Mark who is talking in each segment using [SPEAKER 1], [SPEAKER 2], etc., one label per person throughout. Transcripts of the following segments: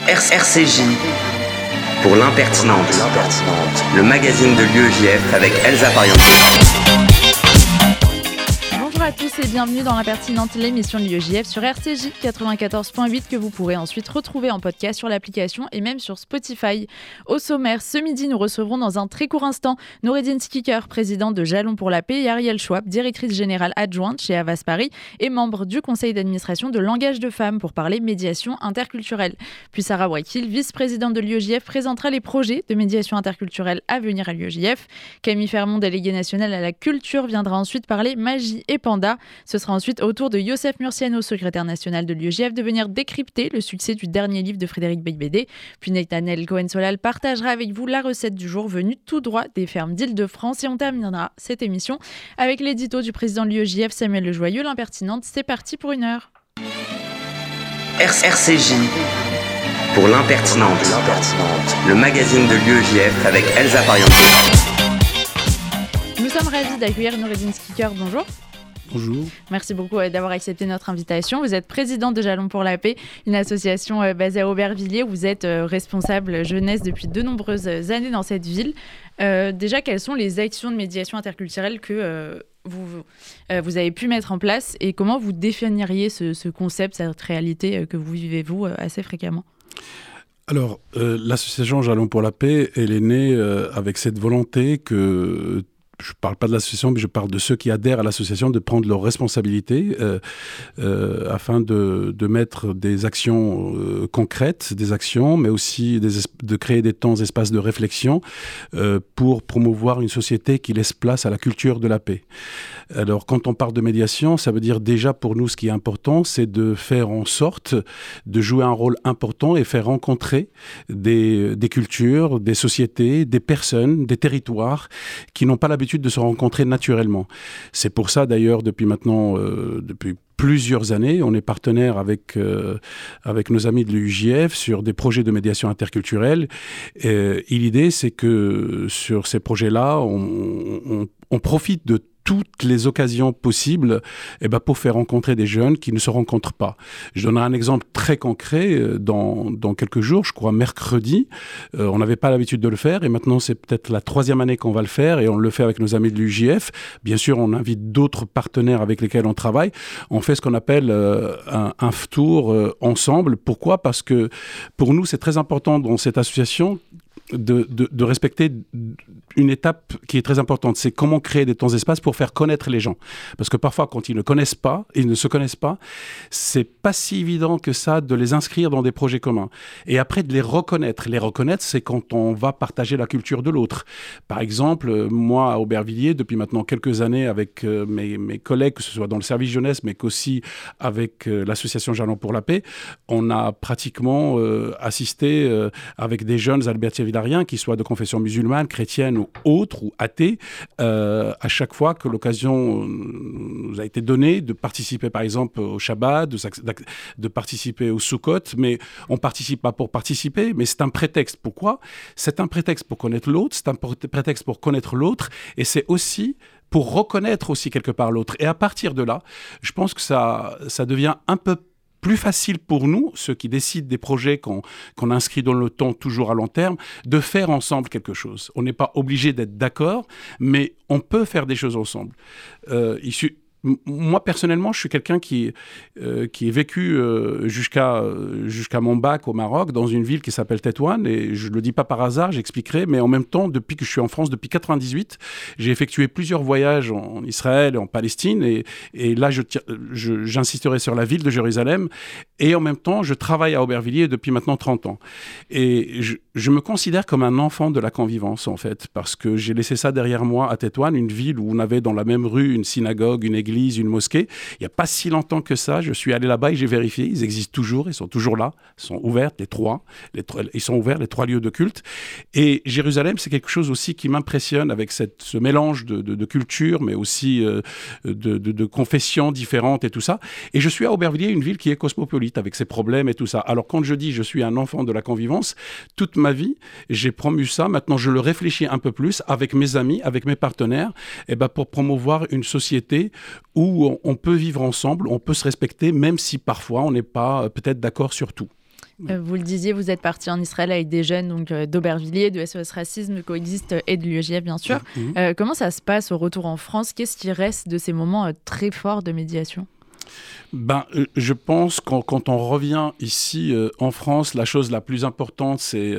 [SPEAKER 1] RCJ pour l'impertinente, le magazine de l'UEJF avec Elsa Parianto.
[SPEAKER 2] Bonjour à tous et bienvenue dans l'impertinente, l'émission de l'UEJF sur RCJ 94.8 que vous pourrez ensuite retrouver en podcast sur l'application et même sur Spotify. Au sommaire, ce midi, nous recevrons dans un très court instant Noureddine Skiker, présidente de Jalons pour la paix, et Ariel Schwab, directrice générale adjointe chez Havas Paris et membre du conseil d'administration de Langage de Femmes pour parler médiation interculturelle. Puis Sarah Wakil, vice-présidente de l'UEJF, présentera les projets de médiation interculturelle à venir à l'UEJF. Camille Fermont, déléguée nationale à la culture, viendra ensuite parler magie et panda. Ce sera ensuite au tour de Youssef Murciano, secrétaire national de l'UEJF, de venir décrypter le succès du dernier livre de Frédéric Beigbeder. Puis Nathanaël Cohen-Solal partagera avec vous la recette du jour venue tout droit des fermes d'Île-de-France. Et on terminera cette émission avec l'édito du président de l'UEJF, Samuel Lejoyeux, l'impertinente. C'est parti pour une heure.
[SPEAKER 1] RCJ pour l'impertinente, le magazine de l'UEJF avec Elsa Parianto.
[SPEAKER 2] Nous sommes ravis d'accueillir Noureddine Skiker. Bonjour.
[SPEAKER 3] Bonjour.
[SPEAKER 2] Merci beaucoup d'avoir accepté notre invitation. Vous êtes présidente de Jalons pour la paix, une association basée à Aubervilliers. Vous êtes responsable jeunesse depuis de nombreuses années dans cette ville. Déjà, quelles sont les actions de médiation interculturelle que vous avez pu mettre en place et comment vous définiriez ce concept, cette réalité que vous vivez, vous, assez fréquemment ?
[SPEAKER 3] Alors, l'association Jalons pour la paix, elle est née avec cette volonté que... Je ne parle pas de l'association, mais je parle de ceux qui adhèrent à l'association, de prendre leurs responsabilités afin de mettre des actions concrètes, des actions, mais aussi de créer des temps, espaces de réflexion pour promouvoir une société qui laisse place à la culture de la paix. Alors, quand on parle de médiation, ça veut dire déjà pour nous, ce qui est important, c'est de faire en sorte de jouer un rôle important et faire rencontrer des cultures, des sociétés, des personnes, des territoires qui n'ont pas l'habitude de se rencontrer naturellement. C'est pour ça d'ailleurs depuis plusieurs années, on est partenaire avec nos amis de l'UEJF sur des projets de médiation interculturelle. Et l'idée, c'est que sur ces projets-là, on profite de toutes les occasions possibles pour faire rencontrer des jeunes qui ne se rencontrent pas. Je donnerai un exemple très concret. Dans quelques jours, je crois mercredi, on n'avait pas l'habitude de le faire et maintenant c'est peut-être la 3e année qu'on va le faire et on le fait avec nos amis de l'UEJF. Bien sûr, on invite d'autres partenaires avec lesquels on travaille. On fait ce qu'on appelle un tour ensemble. Pourquoi ? Parce que pour nous, c'est très important dans cette association de respecter une étape qui est très importante, c'est comment créer des temps et espaces pour faire connaître les gens. Parce que parfois, quand ils ne se connaissent pas, c'est pas si évident que ça de les inscrire dans des projets communs. Et après, de les reconnaître. Les reconnaître, c'est quand on va partager la culture de l'autre. Par exemple, moi, à Aubervilliers, depuis maintenant quelques années, avec mes collègues, que ce soit dans le service jeunesse, mais qu'aussi avec l'association Jalons pour la paix, on a pratiquement assisté avec des jeunes albertiers-villariens, qui soient de confession musulmane, chrétienne ou autre, ou athée, à chaque fois que l'occasion nous a été donnée de participer par exemple au Shabbat, de participer au Sukkot, mais on ne participe pas pour participer, mais c'est un prétexte. Pourquoi ? C'est un prétexte pour connaître l'autre, c'est un prétexte pour connaître l'autre, et c'est aussi pour reconnaître aussi quelque part l'autre. Et à partir de là, je pense que ça devient un peu plus facile pour nous, ceux qui décident des projets qu'on inscrit dans le temps, toujours à long terme, de faire ensemble quelque chose. On n'est pas obligé d'être d'accord, mais on peut faire des choses ensemble. Moi, personnellement, je suis quelqu'un qui est vécu jusqu'à mon bac au Maroc, dans une ville qui s'appelle Tétouan, et je ne le dis pas par hasard, j'expliquerai, mais en même temps, depuis que je suis en France, depuis 1998, j'ai effectué plusieurs voyages en Israël et en Palestine, et là, j'insisterai sur la ville de Jérusalem, et en même temps, je travaille à Aubervilliers depuis maintenant 30 ans. Et je me considère comme un enfant de la convivence, en fait, parce que j'ai laissé ça derrière moi à Tétouan, une ville où on avait dans la même rue une synagogue, une église, une mosquée. Il n'y a pas si longtemps que ça, je suis allé là-bas et j'ai vérifié, ils existent toujours, ils sont toujours là, ils sont ouverts ils sont ouverts, les 3 lieux de culte. Et Jérusalem, c'est quelque chose aussi qui m'impressionne avec ce mélange de culture, mais aussi de confessions différentes et tout ça. Et je suis à Aubervilliers, une ville qui est cosmopolite avec ses problèmes et tout ça. Alors quand je dis je suis un enfant de la convivence, toute ma vie, j'ai promu ça. Maintenant, je le réfléchis un peu plus avec mes amis, avec mes partenaires, pour promouvoir une société où on peut vivre ensemble, on peut se respecter, même si parfois on n'est pas peut-être d'accord sur tout.
[SPEAKER 2] Vous le disiez, vous êtes parti en Israël avec des jeunes donc, d'Aubervilliers, de SOS Racisme, de Coexiste et de l'UEJF, bien sûr. Comment ça se passe au retour en France? Qu'est-ce qui reste de ces moments très forts de médiation?
[SPEAKER 3] Je pense que quand on revient ici en France, la chose la plus importante, c'est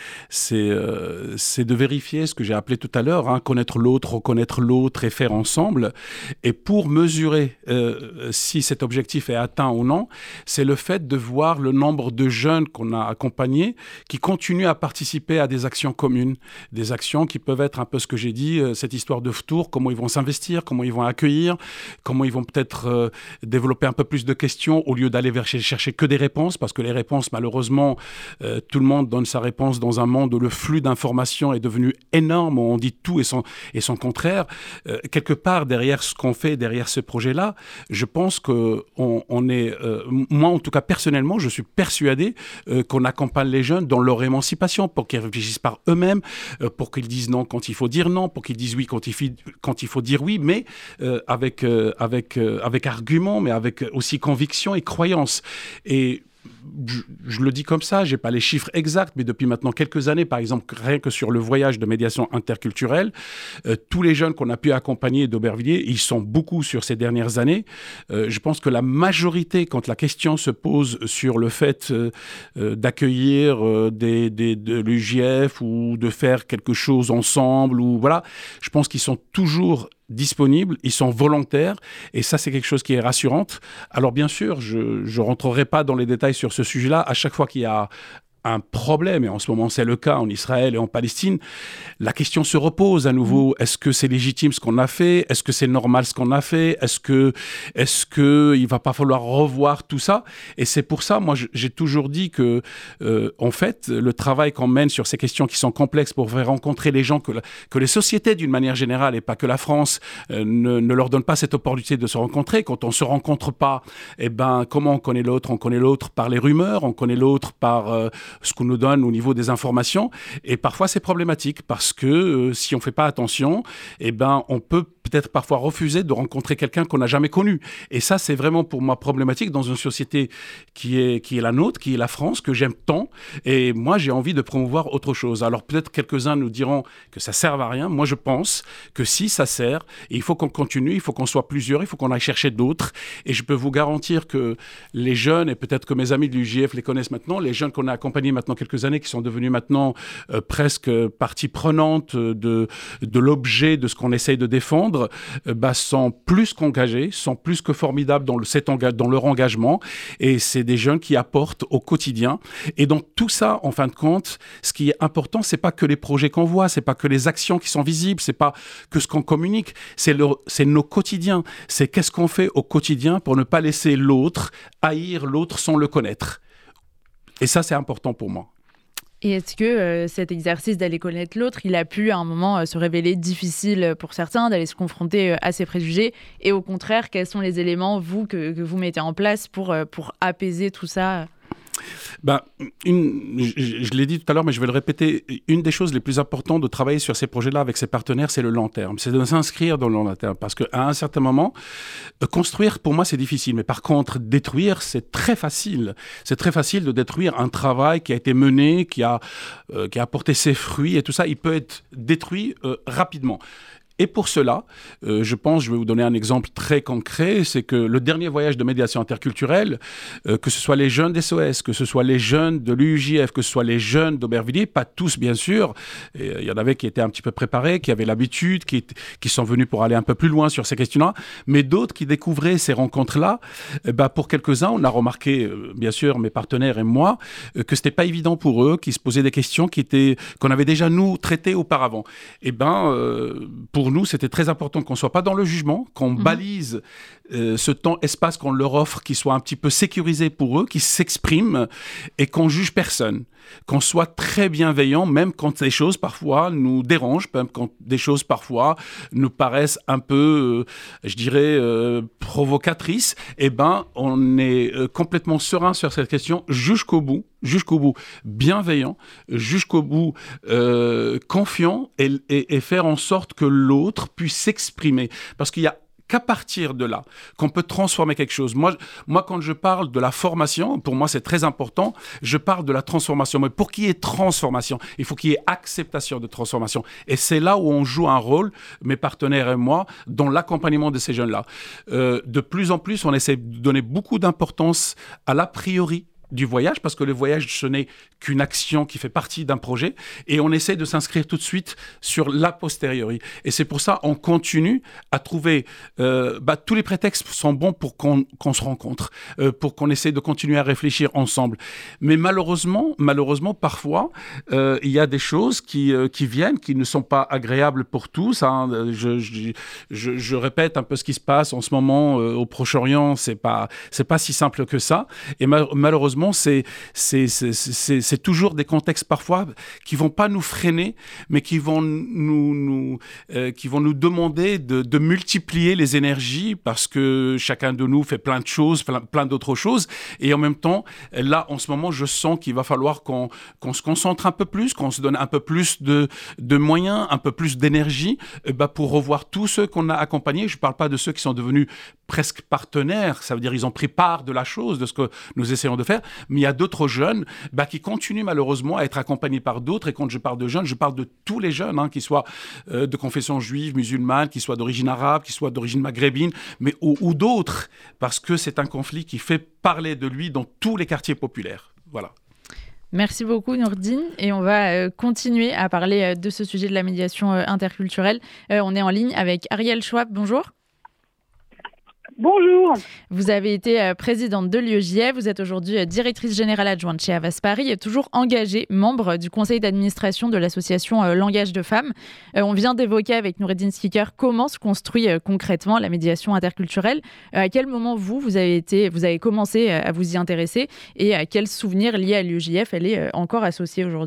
[SPEAKER 3] de vérifier ce que j'ai appelé tout à l'heure, connaître l'autre, reconnaître l'autre et faire ensemble. Et pour mesurer si cet objectif est atteint ou non, c'est le fait de voir le nombre de jeunes qu'on a accompagnés qui continuent à participer à des actions communes, des actions qui peuvent être un peu ce que j'ai dit, cette histoire de Ftour, comment ils vont s'investir, comment ils vont accueillir, comment ils vont peut-être développer un peu plus de questions au lieu d'aller chercher que des réponses, parce que les réponses, malheureusement, tout le monde donne sa réponse dans un monde où le flux d'informations est devenu énorme, où on dit tout et son contraire. Quelque part, derrière ce qu'on fait, derrière ce projet-là, je pense qu'on est... moi, en tout cas, personnellement, je suis persuadé qu'on accompagne les jeunes dans leur émancipation, pour qu'ils réfléchissent par eux-mêmes, pour qu'ils disent non quand il faut dire non, pour qu'ils disent oui quand il faut dire oui, mais avec argument, mais avec aussi conviction et croyance. Et je le dis comme ça, je n'ai pas les chiffres exacts, mais depuis maintenant quelques années, par exemple, rien que sur le voyage de médiation interculturelle, tous les jeunes qu'on a pu accompagner d'Aubervilliers, ils sont beaucoup sur ces dernières années. Je pense que la majorité, quand la question se pose sur le fait d'accueillir de l'UJF ou de faire quelque chose ensemble, ou voilà, je pense qu'ils sont toujours disponibles, ils sont volontaires, et ça c'est quelque chose qui est rassurant. Alors bien sûr, je ne rentrerai pas dans les détails sur ce sujet-là. À chaque fois qu'il y a un problème, et en ce moment c'est le cas en Israël et en Palestine, la question se repose à nouveau. Est-ce que c'est légitime ce qu'on a fait? Est-ce que c'est normal ce qu'on a fait? Est-ce que il va pas falloir revoir tout ça? Et c'est pour ça, moi, j'ai toujours dit que, en fait, le travail qu'on mène sur ces questions qui sont complexes pour faire rencontrer les gens, que les sociétés d'une manière générale, et pas que la France, ne leur donne pas cette opportunité de se rencontrer. Quand on se rencontre pas, comment on connaît l'autre? On connaît l'autre par les rumeurs, on connaît l'autre par ce qu'on nous donne au niveau des informations, et parfois c'est problématique parce que si on fait pas attention, on peut peut-être parfois refuser de rencontrer quelqu'un qu'on n'a jamais connu. Et ça, c'est vraiment pour moi problématique dans une société qui est la nôtre, qui est la France, que j'aime tant. Et moi, j'ai envie de promouvoir autre chose. Alors peut-être quelques-uns nous diront que ça ne sert à rien. Moi, je pense que si ça sert, il faut qu'on continue, il faut qu'on soit plusieurs, il faut qu'on aille chercher d'autres. Et je peux vous garantir que les jeunes, et peut-être que mes amis de l'UJF les connaissent maintenant, les jeunes qu'on a accompagnés maintenant quelques années, qui sont devenus maintenant presque partie prenante de l'objet de ce qu'on essaye de défendre, sont plus qu'engagés, sont plus que formidables dans leur engagement, et c'est des jeunes qui apportent au quotidien. Et donc tout ça, en fin de compte, ce qui est important, c'est pas que les projets qu'on voit, c'est pas que les actions qui sont visibles, c'est pas que ce qu'on communique, c'est nos quotidiens, c'est qu'est-ce qu'on fait au quotidien pour ne pas laisser l'autre haïr l'autre sans le connaître. Et ça, c'est important pour moi.
[SPEAKER 2] Et est-ce que cet exercice d'aller connaître l'autre, il a pu à un moment se révéler difficile pour certains, d'aller se confronter à ses préjugés? Et au contraire, quels sont les éléments, vous, que vous mettez en place pour apaiser tout ça?
[SPEAKER 3] Je l'ai dit tout à l'heure, mais je vais le répéter. Une des choses les plus importantes de travailler sur ces projets-là avec ses partenaires, c'est le long terme. C'est de s'inscrire dans le long terme. Parce qu'à un certain moment, construire, pour moi, c'est difficile. Mais par contre, détruire, c'est très facile. C'est très facile de détruire un travail qui a été mené, qui a apporté ses fruits et tout ça. Il peut être détruit rapidement. Et pour cela, je vais vous donner un exemple très concret, c'est que le dernier voyage de médiation interculturelle, que ce soit les jeunes d'SOS, que ce soit les jeunes de l'UJF, que ce soit les jeunes d'Aubervilliers, pas tous bien sûr, il y en avait qui étaient un petit peu préparés, qui avaient l'habitude, qui sont venus pour aller un peu plus loin sur ces questions-là, mais d'autres qui découvraient ces rencontres-là, pour quelques-uns, on a remarqué, bien sûr, mes partenaires et moi, que c'était pas évident pour eux, qu'ils se posaient des questions qu'on avait déjà nous traitées auparavant. Pour nous, c'était très important qu'on ne soit pas dans le jugement, qu'on balise ce temps-espace qu'on leur offre, qui soit un petit peu sécurisé pour eux, qui s'expriment et qu'on juge personne. Qu'on soit très bienveillant, même quand des choses parfois nous dérangent, même quand des choses parfois nous paraissent un peu, provocatrices, on est complètement serein sur cette question jusqu'au bout, bienveillant, jusqu'au bout confiant, et faire en sorte que l'autre puisse s'exprimer. Parce qu'il y a qu'à partir de là, qu'on peut transformer quelque chose. Moi, quand je parle de la formation, pour moi, c'est très important, je parle de la transformation. Mais pour qu'il y ait transformation, il faut qu'il y ait acceptation de transformation. Et c'est là où on joue un rôle, mes partenaires et moi, dans l'accompagnement de ces jeunes-là. De plus en plus, on essaie de donner beaucoup d'importance à l'a priori du voyage, parce que le voyage, ce n'est qu'une action qui fait partie d'un projet, et on essaie de s'inscrire tout de suite sur l'a posteriori. Et c'est pour ça qu'on continue à trouver... tous les prétextes sont bons pour qu'on se rencontre, pour qu'on essaie de continuer à réfléchir ensemble. Mais malheureusement, parfois, il y a des choses qui viennent, qui ne sont pas agréables pour tous. Hein. Je répète un peu ce qui se passe en ce moment au Proche-Orient, c'est pas si simple que ça. Et malheureusement, c'est toujours des contextes parfois qui vont pas nous freiner, mais qui vont nous demander de multiplier les énergies, parce que chacun de nous fait plein de choses, plein d'autres choses. Et en même temps, là, en ce moment, je sens qu'il va falloir qu'on se concentre un peu plus, qu'on se donne un peu plus de moyens, un peu plus d'énergie, pour revoir tous ceux qu'on a accompagnés. Je parle pas de ceux qui sont devenus presque partenaires, ça veut dire ils ont pris part de la chose, de ce que nous essayons de faire, mais il y a d'autres jeunes qui continuent malheureusement à être accompagnés par d'autres. Et quand je parle de jeunes, je parle de tous les jeunes, qu'ils soient de confession juive, musulmane, qu'ils soient d'origine arabe, qu'ils soient d'origine maghrébine, mais ou d'autres, parce que c'est un conflit qui fait parler de lui dans tous les quartiers populaires. Voilà.
[SPEAKER 2] Merci beaucoup Nourdine, et on va continuer à parler de ce sujet de la médiation interculturelle. On est en ligne avec Ariel Schwab, bonjour.
[SPEAKER 4] Bonjour.
[SPEAKER 2] Vous avez été présidente de l'UEJF, vous êtes aujourd'hui directrice générale adjointe chez Havas Paris et toujours engagée, membre du conseil d'administration de l'association Langage de Femmes. On vient d'évoquer avec Noureddine Skiker comment se construit concrètement la médiation interculturelle. À quel moment vous avez commencé à vous y intéresser, et à quels souvenirs liés à l'UEJF elle est encore associée aujourd'hui ?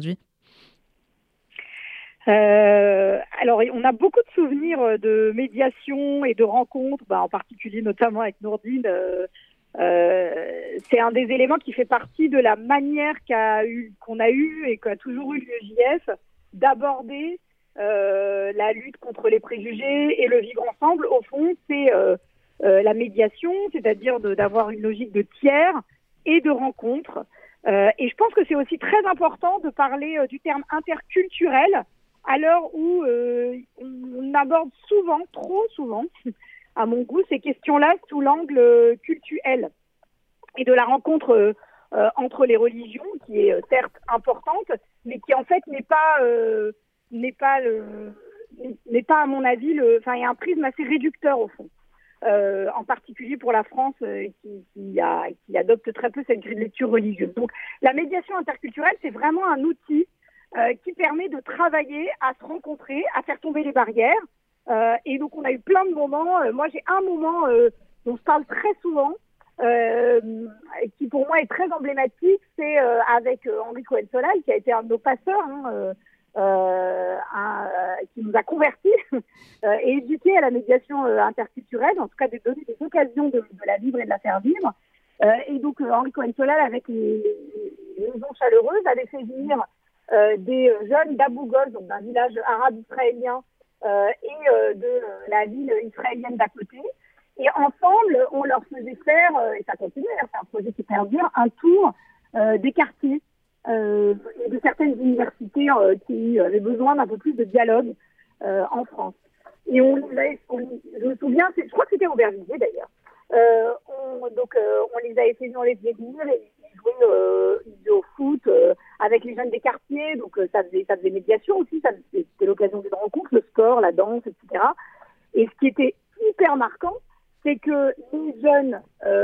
[SPEAKER 4] Alors, on a beaucoup de souvenirs de médiation et de rencontres, en particulier notamment avec Nourdine. C'est un des éléments qui fait partie de la manière qu'on a eu et qu'a toujours eu l'UEJF d'aborder la lutte contre les préjugés et le vivre ensemble. Au fond, c'est la médiation, c'est-à-dire d'avoir une logique de tiers et de rencontre. Et je pense que c'est aussi très important de parler du terme interculturel, à l'heure où on aborde souvent, trop souvent, à mon goût, ces questions-là sous l'angle cultuel et de la rencontre entre les religions, qui est certes importante, mais qui en fait n'est pas à mon avis, il y a un prisme assez réducteur au fond. En particulier pour la France qui adopte très peu cette grille de lecture religieuse. Donc la médiation interculturelle, c'est vraiment un outil qui permet de travailler, à se rencontrer, à faire tomber les barrières. Et donc, on a eu plein de moments. Moi, j'ai un moment dont je parle très souvent, qui pour moi est très emblématique. C'est avec Henri Cohen-Solal, qui a été un de nos pasteurs, qui nous a convertis et éduqués à la médiation interculturelle, en tout cas de donner des occasions de la vivre et de la faire vivre. Et donc, Henri Cohen-Solal, avec les maisons chaleureuses, avait fait venir des jeunes d'Abou Ghosh, donc d'un village arabe israélien, et de la ville israélienne d'à côté. Et ensemble, on leur faisait faire, et ça continue, c'est un projet qui perdure, un tour des quartiers et de certaines universités qui avaient besoin d'un peu plus de dialogue en France. Et je me souviens, je crois que c'était Aubervilliers d'ailleurs. On les avait fait venir les venir et ils jouaient au foot avec les jeunes des quartiers, donc ça faisait médiation aussi, c'était l'occasion d'une rencontre, le sport, la danse, etc. Et ce qui était hyper marquant, c'est que les jeunes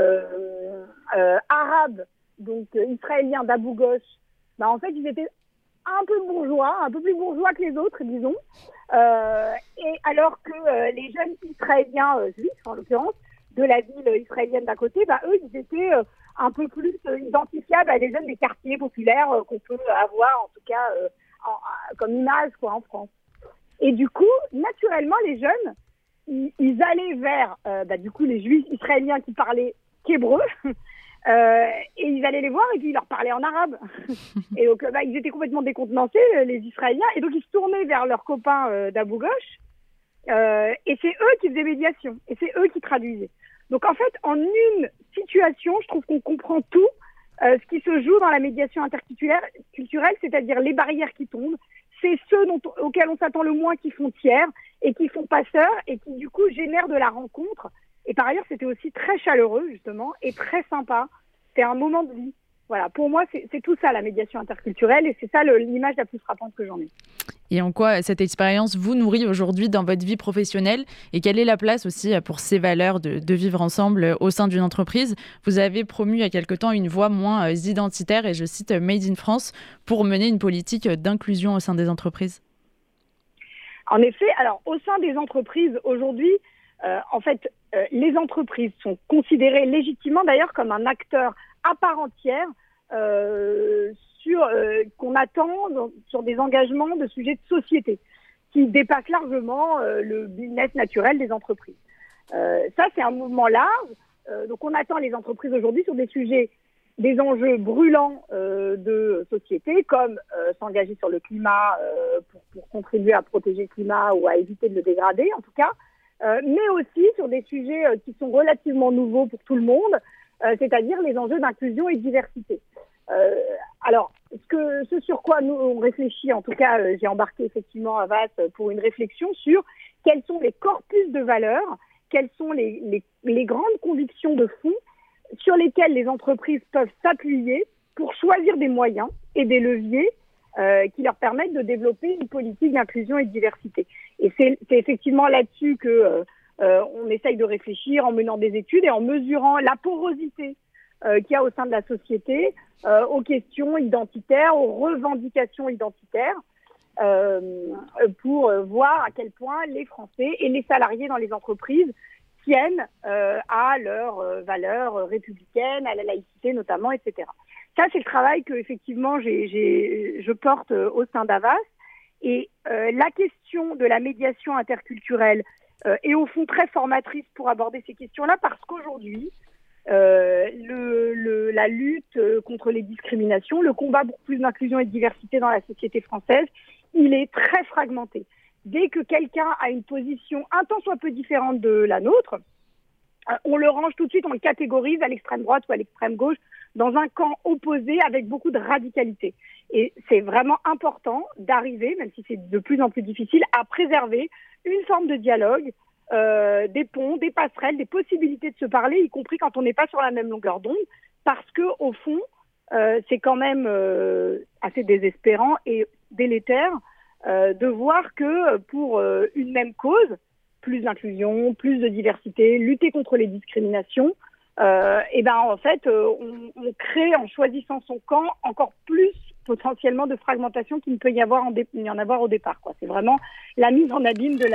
[SPEAKER 4] arabes, donc israéliens d'Abou Ghosh, en fait ils étaient un peu bourgeois, un peu plus bourgeois que les autres, disons, et alors que les jeunes israéliens juifs, en l'occurrence, de la ville israélienne d'à côté, eux, ils étaient un peu plus identifiables à des jeunes des quartiers populaires qu'on peut avoir, en tout cas, comme image, en France. Et du coup, naturellement, les jeunes, ils allaient vers, du coup, les juifs israéliens qui parlaient qu'hébreu, et ils allaient les voir et puis ils leur parlaient en arabe. Et donc, ils étaient complètement décontenancés, les Israéliens, et donc ils se tournaient vers leurs copains d'Abou Ghosh, Et c'est eux qui faisaient médiation, et c'est eux qui traduisaient. Donc en fait, en une situation, je trouve qu'on comprend tout ce qui se joue dans la médiation interculturelle, c'est-à-dire les barrières qui tombent. C'est ceux auxquels on s'attend le moins qui font tiers et qui font passeur et qui du coup génèrent de la rencontre. Et par ailleurs, c'était aussi très chaleureux justement et très sympa. C'est un moment de vie. Voilà, pour moi, c'est tout ça la médiation interculturelle et c'est ça l'image la plus frappante que j'en ai.
[SPEAKER 2] Et en quoi cette expérience vous nourrit aujourd'hui dans votre vie professionnelle et quelle est la place aussi pour ces valeurs de vivre ensemble au sein d'une entreprise? Vous avez promu il y a quelque temps une voie moins identitaire et je cite Made in France pour mener une politique d'inclusion au sein des entreprises.
[SPEAKER 4] En effet, alors au sein des entreprises aujourd'hui, en fait, les entreprises sont considérées légitimement d'ailleurs comme un acteur à part entière qu'on attend sur des engagements de sujets de société qui dépassent largement le business naturel des entreprises. Ça, c'est un mouvement large. Donc, on attend les entreprises aujourd'hui sur des sujets, des enjeux brûlants de société, comme s'engager sur le climat pour contribuer à protéger le climat ou à éviter de le dégrader, en tout cas, mais aussi sur des sujets qui sont relativement nouveaux pour tout le monde, c'est-à-dire les enjeux d'inclusion et de diversité. Alors, ce sur quoi nous on réfléchit, en tout cas, j'ai embarqué effectivement Havas pour une réflexion sur quels sont les corpus de valeurs, quelles sont les grandes convictions de fond sur lesquelles les entreprises peuvent s'appuyer pour choisir des moyens et des leviers qui leur permettent de développer une politique d'inclusion et de diversité. Et c'est effectivement là-dessus que on essaye de réfléchir en menant des études et en mesurant la porosité qu'il y a au sein de la société aux questions identitaires, aux revendications identitaires, pour voir à quel point les Français et les salariés dans les entreprises tiennent à leurs valeurs républicaines, à la laïcité notamment, etc. Ça, c'est le travail que effectivement je porte au sein d'Havas. Et la question de la médiation interculturelle est au fond très formatrice pour aborder ces questions-là parce qu'aujourd'hui, la lutte contre les discriminations, le combat pour plus d'inclusion et de diversité dans la société française, il est très fragmenté. Dès que quelqu'un a une position un tant soit peu différente de la nôtre, on le range tout de suite, on le catégorise à l'extrême droite ou à l'extrême gauche dans un camp opposé avec beaucoup de radicalité. Et c'est vraiment important d'arriver, même si c'est de plus en plus difficile, à préserver une forme de dialogue, des ponts, des passerelles, des possibilités de se parler, y compris quand on n'est pas sur la même longueur d'onde, parce que au fond, c'est quand même assez désespérant et délétère de voir que pour une même cause, plus d'inclusion, plus de diversité, lutter contre les discriminations, et ben en fait, on crée en choisissant son camp encore plus potentiellement de fragmentation qu'il ne peut y en avoir au départ, quoi. C'est vraiment la mise en abîme de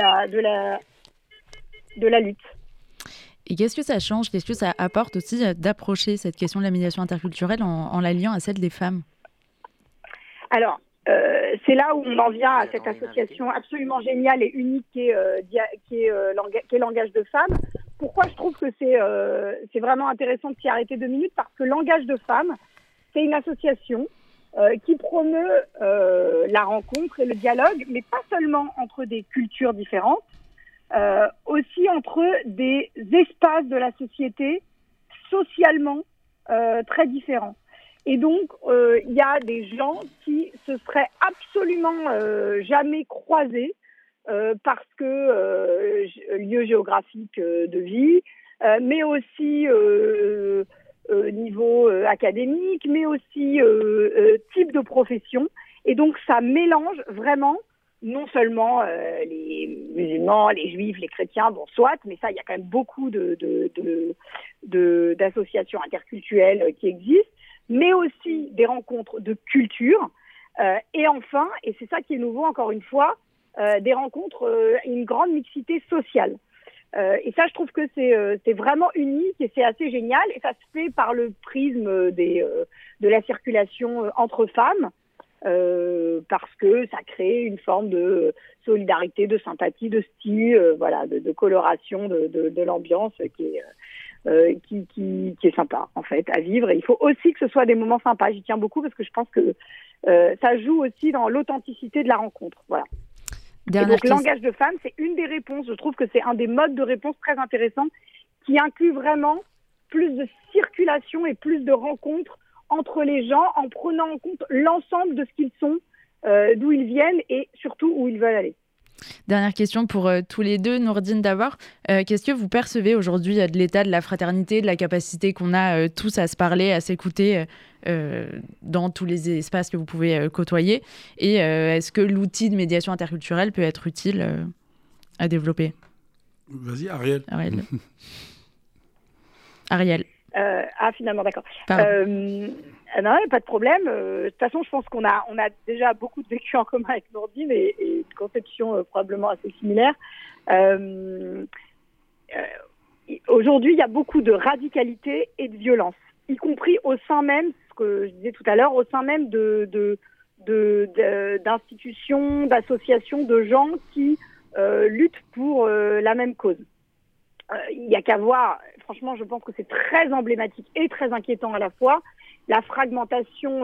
[SPEAKER 4] la lutte.
[SPEAKER 2] Et qu'est-ce que ça change, qu'est-ce que ça apporte aussi d'approcher cette question de la médiation interculturelle en la liant à celle des femmes? Alors,
[SPEAKER 4] c'est là où on en vient à cette association absolument géniale et unique qui est Langage de Femmes. Pourquoi je trouve que c'est vraiment intéressant de s'y arrêter 2 minutes? Parce que Langage de Femmes, c'est une association qui promeut la rencontre et le dialogue, mais pas seulement entre des cultures différentes, aussi entre des espaces de la société socialement très différents. Et donc, il y a des gens qui se seraient absolument jamais croisés parce que lieu géographique de vie, mais aussi niveau académique, mais aussi type de profession. Et donc, ça mélange vraiment non seulement les musulmans, les juifs, les chrétiens, bon, soit, mais ça, il y a quand même beaucoup d'associations interculturelles qui existent, mais aussi des rencontres de culture. Et enfin, et c'est ça qui est nouveau encore une fois, des rencontres, une grande mixité sociale. Et ça, je trouve que c'est vraiment unique et c'est assez génial. Et ça se fait par le prisme de la circulation entre femmes, parce que ça crée une forme de solidarité, de sympathie, de style, voilà, de coloration de l'ambiance qui est sympa en fait à vivre. Et il faut aussi que ce soit des moments sympas. J'y tiens beaucoup parce que je pense que ça joue aussi dans l'authenticité de la rencontre. Voilà. Langage de femme, c'est une des réponses. Je trouve que c'est un des modes de réponse très intéressants qui inclut vraiment plus de circulation et plus de rencontres entre les gens en prenant en compte l'ensemble de ce qu'ils sont, d'où ils viennent et surtout où ils veulent aller.
[SPEAKER 2] Dernière question pour tous les deux. Nourdine d'abord, qu'est-ce que vous percevez aujourd'hui de l'état de la fraternité, de la capacité qu'on a tous à se parler, à s'écouter dans tous les espaces que vous pouvez côtoyer, et est-ce que l'outil de médiation interculturelle peut être utile à développer?
[SPEAKER 3] Vas-y, Ariel.
[SPEAKER 2] Ariel.
[SPEAKER 4] Finalement, d'accord. Non, pas de problème. De toute façon, je pense qu'on a déjà beaucoup de vécu en commun avec Nourdine et une conception probablement assez similaire. Aujourd'hui, il y a beaucoup de radicalité et de violence, y compris au sein même, ce que je disais tout à l'heure, au sein même d'institutions, d'associations, de gens qui luttent pour la même cause. Il n'y a qu'à voir, franchement, je pense que c'est très emblématique et très inquiétant à la fois, la fragmentation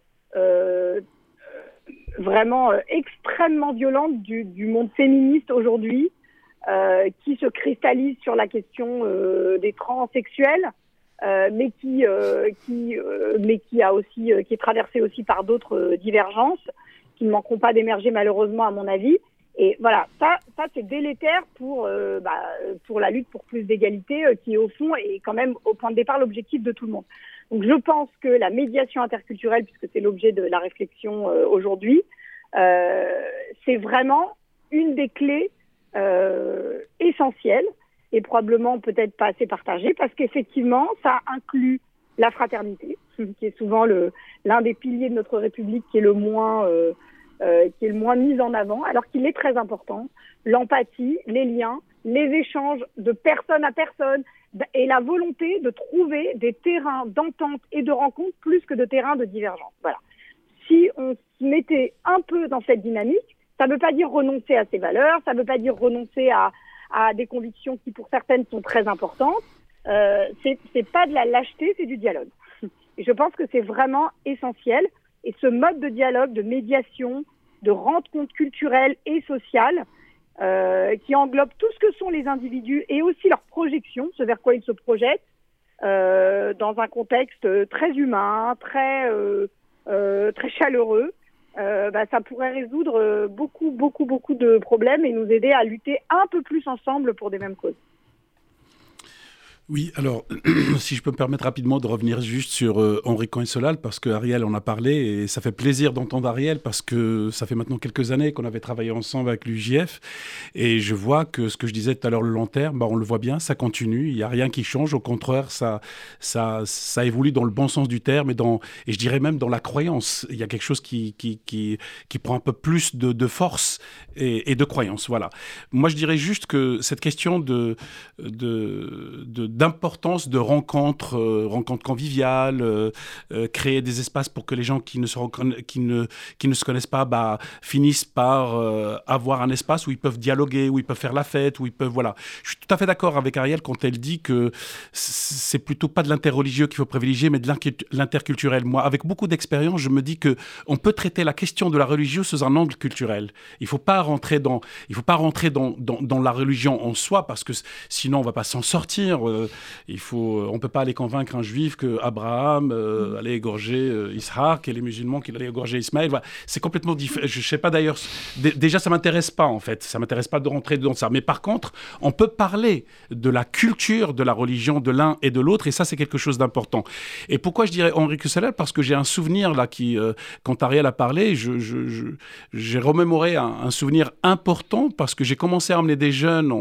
[SPEAKER 4] vraiment extrêmement violente du monde féministe aujourd'hui, qui se cristallise sur la question des transsexuels, mais qui est traversée aussi par d'autres divergences qui ne manqueront pas d'émerger malheureusement à mon avis. Et voilà, ça c'est délétère pour la lutte pour plus d'égalité, qui au fond est quand même au point de départ l'objectif de tout le monde. Donc je pense que la médiation interculturelle, puisque c'est l'objet de la réflexion aujourd'hui, c'est vraiment une des clés essentielles et probablement peut-être pas assez partagée, parce qu'effectivement ça inclut la fraternité, qui est souvent l'un des piliers de notre République qui est le moins mis en avant, alors qu'il est très important. L'empathie, les liens, les échanges de personne à personne et la volonté de trouver des terrains d'entente et de rencontre plus que de terrains de divergence. Voilà. Si on se mettait un peu dans cette dynamique, ça ne veut pas dire renoncer à ses valeurs, ça ne veut pas dire renoncer à des convictions qui pour certaines sont très importantes. C'est pas de la lâcheté, c'est du dialogue. Et je pense que c'est vraiment essentiel. Et ce mode de dialogue, de médiation, de rencontre culturelle et sociale, qui englobe tout ce que sont les individus et aussi leurs projections, ce vers quoi ils se projettent, dans un contexte très humain, très chaleureux, ça pourrait résoudre beaucoup de problèmes et nous aider à lutter un peu plus ensemble pour des mêmes causes.
[SPEAKER 3] Oui, alors, si je peux me permettre rapidement de revenir juste sur Henri Cohen-Solal, parce que Ariel en a parlé, et ça fait plaisir d'entendre Ariel, parce que ça fait maintenant quelques années qu'on avait travaillé ensemble avec l'UJF, et je vois que ce que je disais tout à l'heure, le long terme, on le voit bien, ça continue, il n'y a rien qui change, au contraire, ça évolue dans le bon sens du terme, et je dirais même dans la croyance. Il y a quelque chose qui prend un peu plus de force et de croyance, voilà. Moi, je dirais juste que cette question d'importance de rencontres conviviales, créer des espaces pour que les gens qui ne se connaissent pas finissent par avoir un espace où ils peuvent dialoguer, où ils peuvent faire la fête, où ils peuvent, voilà. Je suis tout à fait d'accord avec Ariel quand elle dit que c'est plutôt pas de l'interreligieux qu'il faut privilégier, mais de l'interculturel. Moi, avec beaucoup d'expérience, je me dis que on peut traiter la question de la religion sous un angle culturel. Il faut pas rentrer dans la religion en soi, parce que sinon on va pas s'en sortir. On peut pas aller convaincre un juif que Abraham allait égorger Ishaq et les musulmans qu'il allait égorger Ismaël. Voilà. C'est complètement différent. Je sais pas d'ailleurs. Déjà, ça m'intéresse pas en fait. Ça m'intéresse pas de rentrer dans ça. Mais par contre, on peut parler de la culture de la religion de l'un et de l'autre, et ça c'est quelque chose d'important. Et pourquoi je dirais Henri Cohen-Solal? Parce que j'ai un souvenir là quand Ariel a parlé, j'ai remémoré un souvenir important, parce que j'ai commencé à emmener des jeunes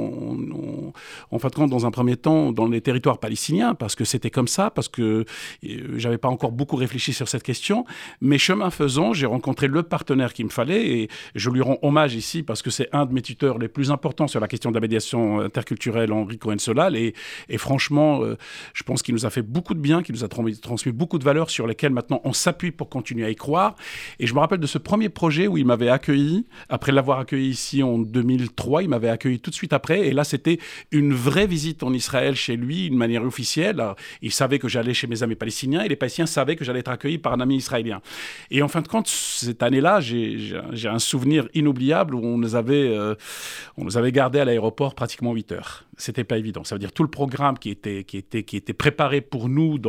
[SPEAKER 3] en fin de compte dans un premier temps dans les territoires palestiniens, parce que c'était comme ça, parce que j'avais pas encore beaucoup réfléchi sur cette question, mais chemin faisant, j'ai rencontré le partenaire qu'il me fallait, et je lui rends hommage ici parce que c'est un de mes tuteurs les plus importants sur la question de la médiation interculturelle, Henri Cohen-Solal, et franchement, je pense qu'il nous a fait beaucoup de bien, qu'il nous a transmis beaucoup de valeurs sur lesquelles maintenant on s'appuie pour continuer à y croire. Et je me rappelle de ce premier projet où il m'avait accueilli, après l'avoir accueilli ici en 2003, il m'avait accueilli tout de suite après, et là c'était une vraie visite en Israël chez lui, lui une manière officielle. Alors, il savait que j'allais chez mes amis palestiniens et les Palestiniens savaient que j'allais être accueilli par un ami israélien. Et en fin de compte, cette année-là, j'ai un souvenir inoubliable où on nous avait gardés à l'aéroport pratiquement 8 heures. C'était pas évident. Ça veut dire tout le programme qui était préparé pour nous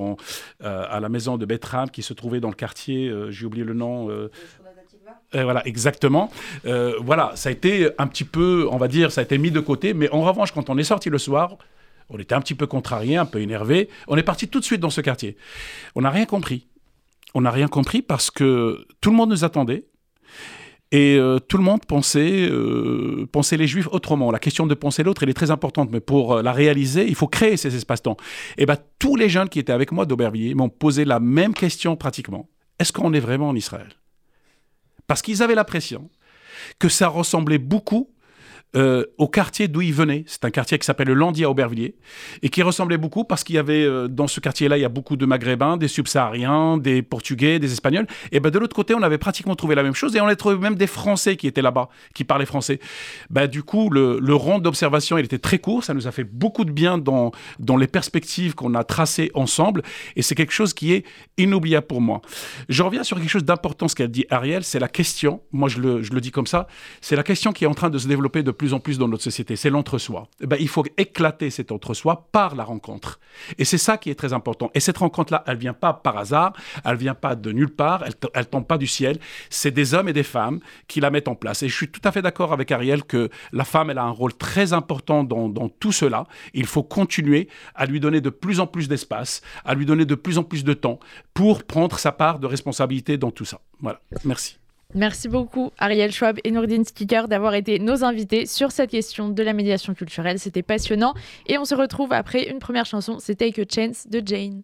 [SPEAKER 3] à la maison de Bethram, qui se trouvait dans le quartier, j'ai oublié le nom. Voilà, exactement. Voilà, ça a été un petit peu, on va dire, ça a été mis de côté. Mais en revanche, quand on est sorti le soir, on était un petit peu contrarié, un peu énervé. On est parti tout de suite dans ce quartier. On n'a rien compris. On n'a rien compris parce que tout le monde nous attendait. Et tout le monde pensait les Juifs autrement. La question de penser l'autre, elle est très importante, mais pour la réaliser, il faut créer ces espaces-temps. Et tous les jeunes qui étaient avec moi d'Aubervilliers m'ont posé la même question pratiquement. Est-ce qu'on est vraiment en Israël ? Parce qu'ils avaient l'impression que ça ressemblait beaucoup au quartier d'où ils venaient. C'est un quartier qui s'appelle le Landier à Aubervilliers et qui ressemblait beaucoup parce qu'il y avait, dans ce quartier-là, il y a beaucoup de Maghrébins, des Subsahariens, des Portugais, des Espagnols. Et de l'autre côté, on avait pratiquement trouvé la même chose et on a trouvé même des Français qui étaient là-bas, qui parlaient français. Du coup, le rang d'observation, il était très court. Ça nous a fait beaucoup de bien dans les perspectives qu'on a tracées ensemble et c'est quelque chose qui est inoubliable pour moi. Je reviens sur quelque chose d'important, ce qu'a dit Ariel, c'est la question, moi je le dis comme ça, c'est la question qui est en train de se développer de plus en plus dans notre société, c'est l'entre-soi. Il faut éclater cet entre-soi par la rencontre. Et c'est ça qui est très important. Et cette rencontre-là, elle ne vient pas par hasard, elle ne vient pas de nulle part, elle ne tombe pas du ciel. C'est des hommes et des femmes qui la mettent en place. Et je suis tout à fait d'accord avec Ariel que la femme, elle a un rôle très important dans tout cela. Il faut continuer à lui donner de plus en plus d'espace, à lui donner de plus en plus de temps pour prendre sa part de responsabilité dans tout ça. Voilà, merci.
[SPEAKER 2] Merci beaucoup Ariel Schwab et Nourdine Skiker d'avoir été nos invités sur cette question de la médiation culturelle. C'était passionnant et on se retrouve après une première chanson, c'est Take a Chance de Jane.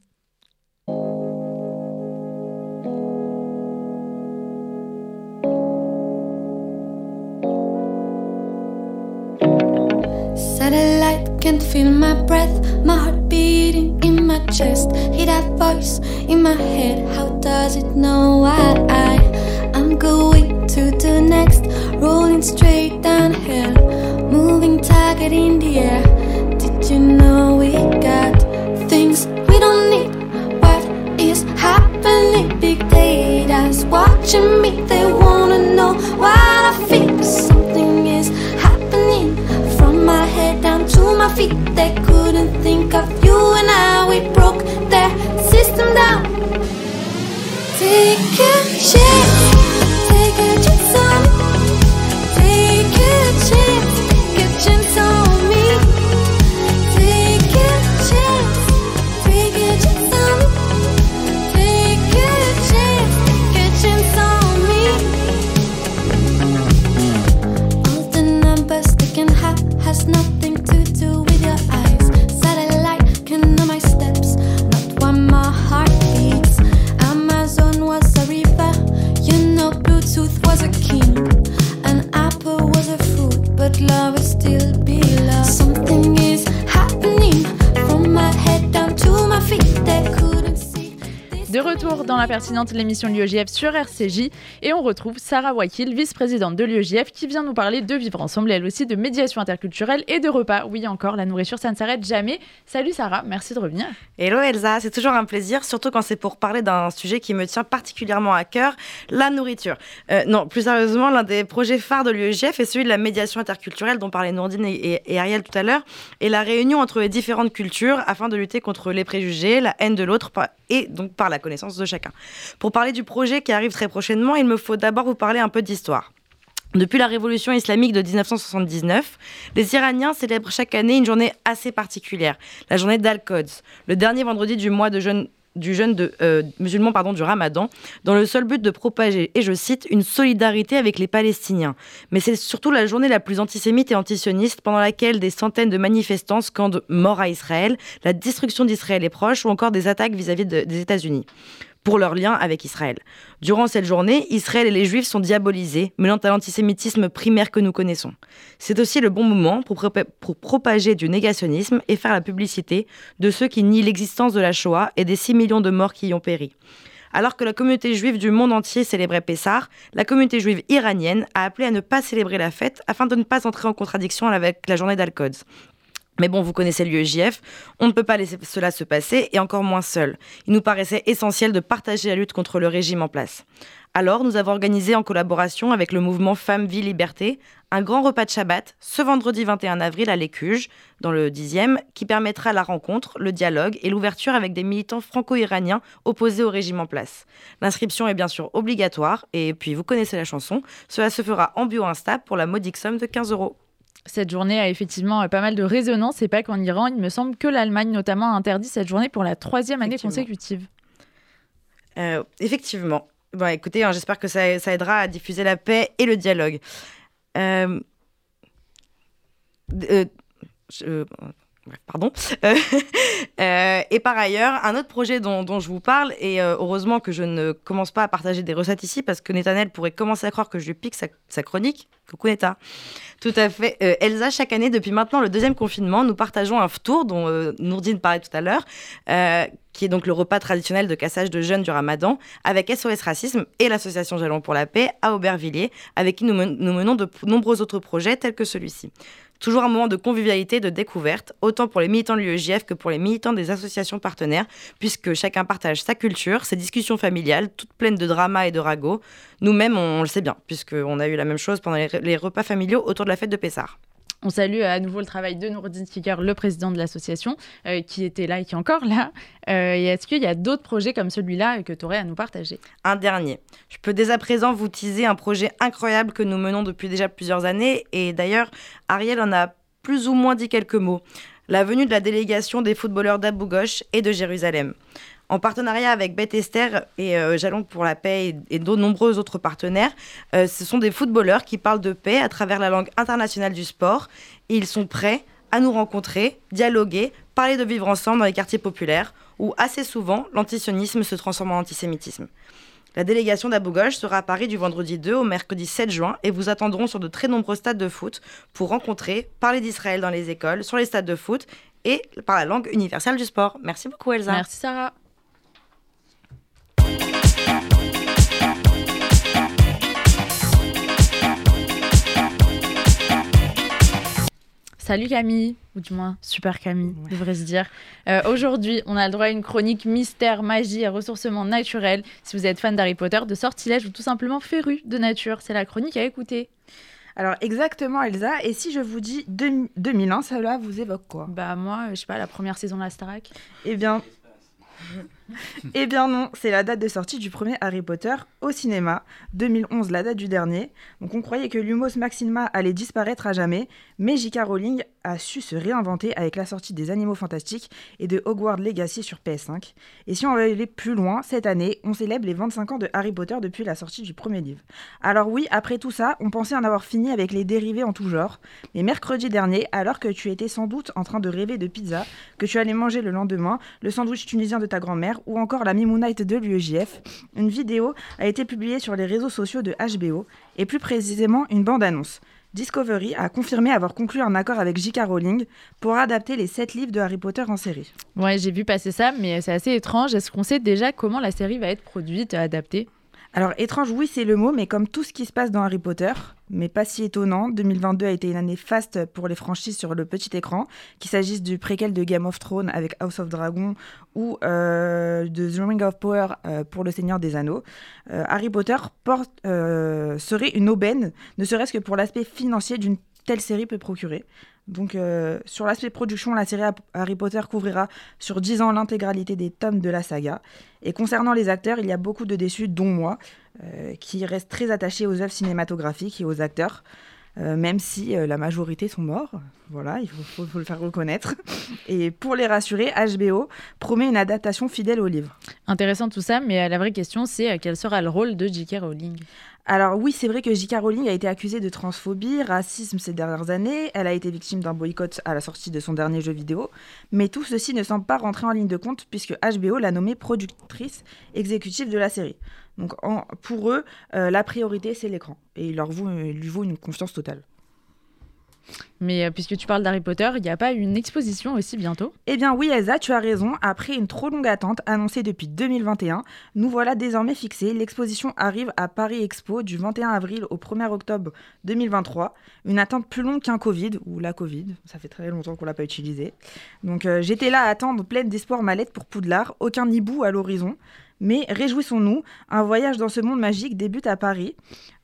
[SPEAKER 5] Satellite can't feel my breath, my heart beating in my chest. Hear that voice in my head, how does it know why I'm going to the next, rolling straight downhill, moving target in the air. Did you know we got things we don't need? What is happening? Big data's watching me, they wanna know what I feel. Something is happening from my head down to my feet. They couldn't think of you and I, we broke their system down. Take a chance. Take a chance on me. Take a chance on me. Take a chance on me. Take a chance on me. All the numbers they can have has nothing to do with your eyes. Satellite can know my steps, not why my heart beats. Amazon was a river, you know Bluetooth was a king, and Apple was a fruit, but love will still be love. Something is happening from my head down to my feet. They couldn't see.
[SPEAKER 2] De retour dans la pertinente l'émission de l'UEJF sur RCJ et on retrouve Sarah Wakil, vice-présidente de l'UEJF qui vient nous parler de vivre ensemble et elle aussi de médiation interculturelle et de repas. Oui encore, la nourriture ça ne s'arrête jamais. Salut Sarah, merci de revenir.
[SPEAKER 6] Hello Elsa, c'est toujours un plaisir, surtout quand c'est pour parler d'un sujet qui me tient particulièrement à cœur, la nourriture. Non, plus sérieusement, l'un des projets phares de l'UEJF est celui de la médiation interculturelle dont parlaient Nourdine et Ariel tout à l'heure, et la réunion entre les différentes cultures afin de lutter contre les préjugés, la haine de l'autre et donc par la connaissance de chacun. Pour parler du projet qui arrive très prochainement, il me faut d'abord vous parler un peu d'histoire. Depuis la révolution islamique de 1979, les Iraniens célèbrent chaque année une journée assez particulière, la journée d'Al-Quds, le dernier vendredi du mois de jeûne musulman du Ramadan, dans le seul but de propager, et je cite, une solidarité avec les Palestiniens. Mais c'est surtout la journée la plus antisémite et antisioniste pendant laquelle des centaines de manifestants scandent « Mort à Israël », la destruction d'Israël et proches ou encore des attaques vis-à-vis des États-Unis pour leur lien avec Israël. Durant cette journée, Israël et les Juifs sont diabolisés, mêlant à l'antisémitisme primaire que nous connaissons. C'est aussi le bon moment pour propager du négationnisme et faire la publicité de ceux qui nient l'existence de la Shoah et des 6 millions de morts qui y ont péri. Alors que la communauté juive du monde entier célébrait Pessah, la communauté juive iranienne a appelé à ne pas célébrer la fête afin de ne pas entrer en contradiction avec la journée d'Al-Quds. Mais bon, vous connaissez l'UEJF, on ne peut pas laisser cela se passer, et encore moins seul. Il nous paraissait essentiel de partager la lutte contre le régime en place. Alors, nous avons organisé en collaboration avec le mouvement Femmes, Vie, Liberté, un grand repas de Shabbat, ce vendredi 21 avril à l'Écuge, dans le 10e, qui permettra la rencontre, le dialogue et l'ouverture avec des militants franco-iraniens opposés au régime en place. L'inscription est bien sûr obligatoire, et puis vous connaissez la chanson, cela se fera en bio Insta pour la modique somme de 15 €.
[SPEAKER 2] Cette journée a effectivement pas mal de résonance et pas qu'en Iran. Il me semble que l'Allemagne notamment a interdit cette journée pour la 3e année consécutive.
[SPEAKER 6] Effectivement. Bon, écoutez, j'espère que ça aidera à diffuser la paix et le dialogue. Pardon. Et par ailleurs, un autre projet dont je vous parle, et heureusement que je ne commence pas à partager des recettes ici, parce que Netanel pourrait commencer à croire que je lui pique sa chronique. Coucou Neta. Tout à fait. Elsa, chaque année, depuis maintenant le 2e confinement, nous partageons un ftour dont Nourdine parlait tout à l'heure, qui est donc le repas traditionnel de cassage de jeûne du Ramadan, avec SOS Racisme et l'association Jalons pour la paix à Aubervilliers, avec qui nous menons de nombreux autres projets tels que celui-ci. Toujours un moment de convivialité, de découverte, autant pour les militants de l'UEJF que pour les militants des associations partenaires, puisque chacun partage sa culture, ses discussions familiales, toutes pleines de drama et de ragots. Nous-mêmes, on le sait bien, puisqu'on a eu la même chose pendant les repas familiaux autour de la fête de Pessah.
[SPEAKER 2] On salue à nouveau le travail de Nourdine Sticker, le président de l'association, qui était là et qui est encore là. Et est-ce qu'il y a d'autres projets comme celui-là que tu aurais à nous partager ?
[SPEAKER 6] Un dernier. Je peux dès à présent vous teaser un projet incroyable que nous menons depuis déjà plusieurs années. Et d'ailleurs, Ariel en a plus ou moins dit quelques mots. La venue de la délégation des footballeurs d'Abou Ghosh et de Jérusalem. En partenariat avec Beth Esther et Jalons pour la paix et de nombreux autres partenaires, ce sont des footballeurs qui parlent de paix à travers la langue internationale du sport. Et ils sont prêts à nous rencontrer, dialoguer, parler de vivre ensemble dans les quartiers populaires où assez souvent l'antisionisme se transforme en antisémitisme. La délégation d'Abou Ghosh sera à Paris du vendredi 2 au mercredi 7 juin et vous attendront sur de très nombreux stades de foot pour rencontrer, parler d'Israël dans les écoles, sur les stades de foot et par la langue universelle du sport. Merci beaucoup Elsa.
[SPEAKER 2] Merci Sarah. Salut Camille, ou du moins super Camille, devrait se dire. Aujourd'hui, on a le droit à une chronique mystère, magie et ressourcement naturel. Si vous êtes fan d'Harry Potter, de sortilèges ou tout simplement féru de nature, c'est la chronique à écouter.
[SPEAKER 7] Alors exactement Elsa, et si je vous dis 2001, cela vous évoque quoi ?
[SPEAKER 2] Bah moi, je sais pas, la première saison de la Starac.
[SPEAKER 7] Eh bien non, c'est la date de sortie du premier Harry Potter au cinéma, 2011 la date du dernier. Donc on croyait que Lumos Maxima allait disparaître à jamais, mais J.K. Rowling a su se réinventer avec la sortie des Animaux Fantastiques et de Hogwarts Legacy sur PS5. Et si on veut aller plus loin, cette année, on célèbre les 25 ans de Harry Potter depuis la sortie du premier livre. Alors oui, après tout ça, on pensait en avoir fini avec les dérivés en tout genre, mais mercredi dernier, alors que tu étais sans doute en train de rêver de pizza, que tu allais manger le lendemain, le sandwich tunisien de ta grand-mère, ou encore la Mimounite de l'UEJF, une vidéo a été publiée sur les réseaux sociaux de HBO, et plus précisément une bande-annonce. Discovery a confirmé avoir conclu un accord avec J.K. Rowling pour adapter les 7 livres de Harry Potter en série.
[SPEAKER 2] Ouais, j'ai vu passer ça, mais c'est assez étrange. Est-ce qu'on sait déjà comment la série va être produite, adaptée ?
[SPEAKER 7] Alors, étrange, oui, c'est le mot, mais comme tout ce qui se passe dans Harry Potter, mais pas si étonnant, 2022 a été une année faste pour les franchises sur le petit écran, qu'il s'agisse du préquel de Game of Thrones avec House of Dragon ou de The Ring of Power pour Le Seigneur des Anneaux. Harry Potter serait une aubaine, ne serait-ce que pour l'aspect financier d'une telle série peut procurer. Donc, sur l'aspect production, la série Harry Potter couvrira sur 10 ans l'intégralité des tomes de la saga. Et concernant les acteurs, il y a beaucoup de déçus, dont moi, qui restent très attachés aux œuvres cinématographiques et aux acteurs, même si la majorité sont morts. Voilà, il faut le faire reconnaître. Et pour les rassurer, HBO promet une adaptation fidèle au livre.
[SPEAKER 2] Intéressant tout ça, mais la vraie question, c'est quel sera le rôle de J.K. Rowling ?
[SPEAKER 7] Alors oui, c'est vrai que J.K. Rowling a été accusée de transphobie, racisme ces dernières années. Elle a été victime d'un boycott à la sortie de son dernier jeu vidéo. Mais tout ceci ne semble pas rentrer en ligne de compte puisque HBO l'a nommée productrice exécutive de la série. Donc pour eux, la priorité, c'est l'écran. Et il lui vaut une confiance totale.
[SPEAKER 2] Mais puisque tu parles d'Harry Potter, il n'y a pas une exposition aussi bientôt ?
[SPEAKER 7] Eh bien oui Elsa, tu as raison. Après une trop longue attente annoncée depuis 2021, nous voilà désormais fixés. L'exposition arrive à Paris Expo du 21 avril au 1er octobre 2023. Une attente plus longue qu'un Covid, ou la Covid, ça fait très longtemps qu'on ne l'a pas utilisé. Donc j'étais là à attendre pleine d'espoir ma lettre pour Poudlard, aucun hibou à l'horizon. Mais réjouissons-nous, un voyage dans ce monde magique débute à Paris.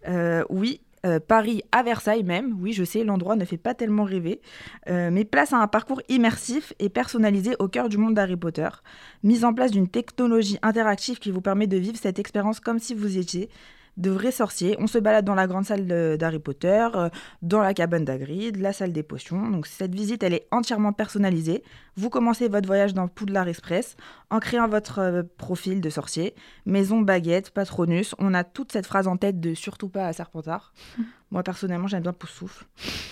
[SPEAKER 7] Paris à Versailles même, oui je sais, l'endroit ne fait pas tellement rêver, mais place à un parcours immersif et personnalisé au cœur du monde d'Harry Potter. Mise en place d'une technologie interactive qui vous permet de vivre cette expérience comme si vous étiez de vrais sorciers. On se balade dans la grande salle d'Harry Potter, dans la cabane d'Hagrid, la salle des potions. Donc cette visite, elle est entièrement personnalisée. Vous commencez votre voyage dans Poudlard Express en créant votre profil de sorcier. Maison, baguette, Patronus. On a toute cette phrase en tête de surtout pas à Serpentard. Moi, personnellement, j'aime bien Poussoufle.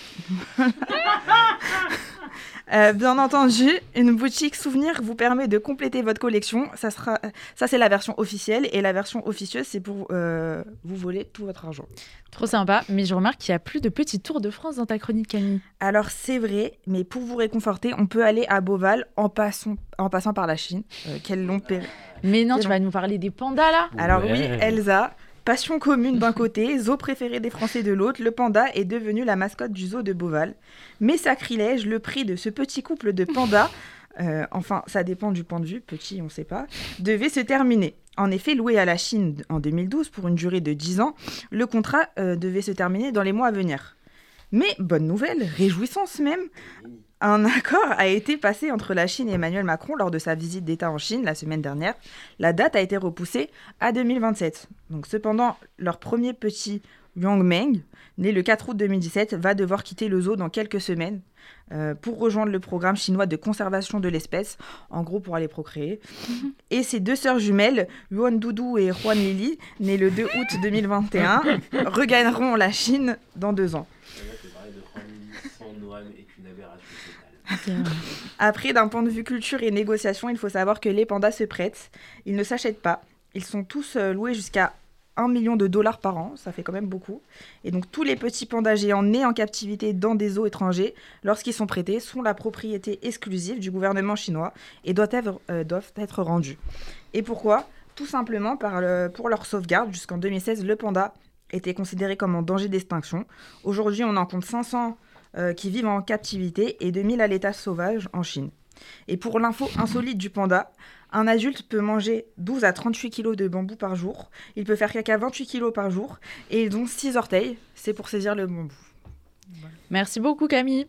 [SPEAKER 7] Bien entendu, une boutique souvenir vous permet de compléter votre collection. Ça, c'est la version officielle. Et la version officieuse, c'est pour vous voler tout votre argent.
[SPEAKER 2] Trop sympa, mais je remarque qu'il n'y a plus de petits tours de France dans ta chronique, Camille.
[SPEAKER 7] Alors, c'est vrai, mais pour vous réconforter, on peut aller à Beauval en passant par la Chine. Quel long périple.
[SPEAKER 2] Mais non, tu vas nous parler des pandas, là ?
[SPEAKER 7] Alors oui, Elsa... Passion commune d'un côté, zoo préféré des Français de l'autre, le panda est devenu la mascotte du zoo de Beauval. Mais sacrilège, le prix de ce petit couple de pandas, enfin ça dépend du point de vue, petit on ne sait pas, devait se terminer. En effet, loué à la Chine en 2012 pour une durée de 10 ans, le contrat devait se terminer dans les mois à venir. Mais bonne nouvelle, réjouissance même, un accord a été passé entre la Chine et Emmanuel Macron lors de sa visite d'État en Chine la semaine dernière. La date a été repoussée à 2027. Donc, cependant, leur premier petit Yang Meng, né le 4 août 2017, va devoir quitter le zoo dans quelques semaines pour rejoindre le programme chinois de conservation de l'espèce, en gros pour aller procréer. Et ses deux sœurs jumelles, Yuan Dudu et Huan Lili, nées le 2 août 2021, regagneront la Chine dans 2 ans. Après, d'un point de vue culture et négociation, il faut savoir que les pandas se prêtent. Ils ne s'achètent pas. Ils sont tous loués jusqu'à $1 million par an. Ça fait quand même beaucoup. Et donc, tous les petits pandas géants nés en captivité dans des zoos étrangers, lorsqu'ils sont prêtés, sont la propriété exclusive du gouvernement chinois et doivent être rendus. Et pourquoi ? Tout simplement pour leur sauvegarde. Jusqu'en 2016, le panda était considéré comme en danger d'extinction. Aujourd'hui, on en compte 500 qui vivent en captivité et 2000 à l'état sauvage en Chine. Et pour l'info insolite du panda, un adulte peut manger 12 à 38 kg de bambou par jour. Il peut faire caca 28 kg par jour et ils ont 6 orteils. C'est pour saisir le bambou.
[SPEAKER 2] Voilà. Merci beaucoup Camille.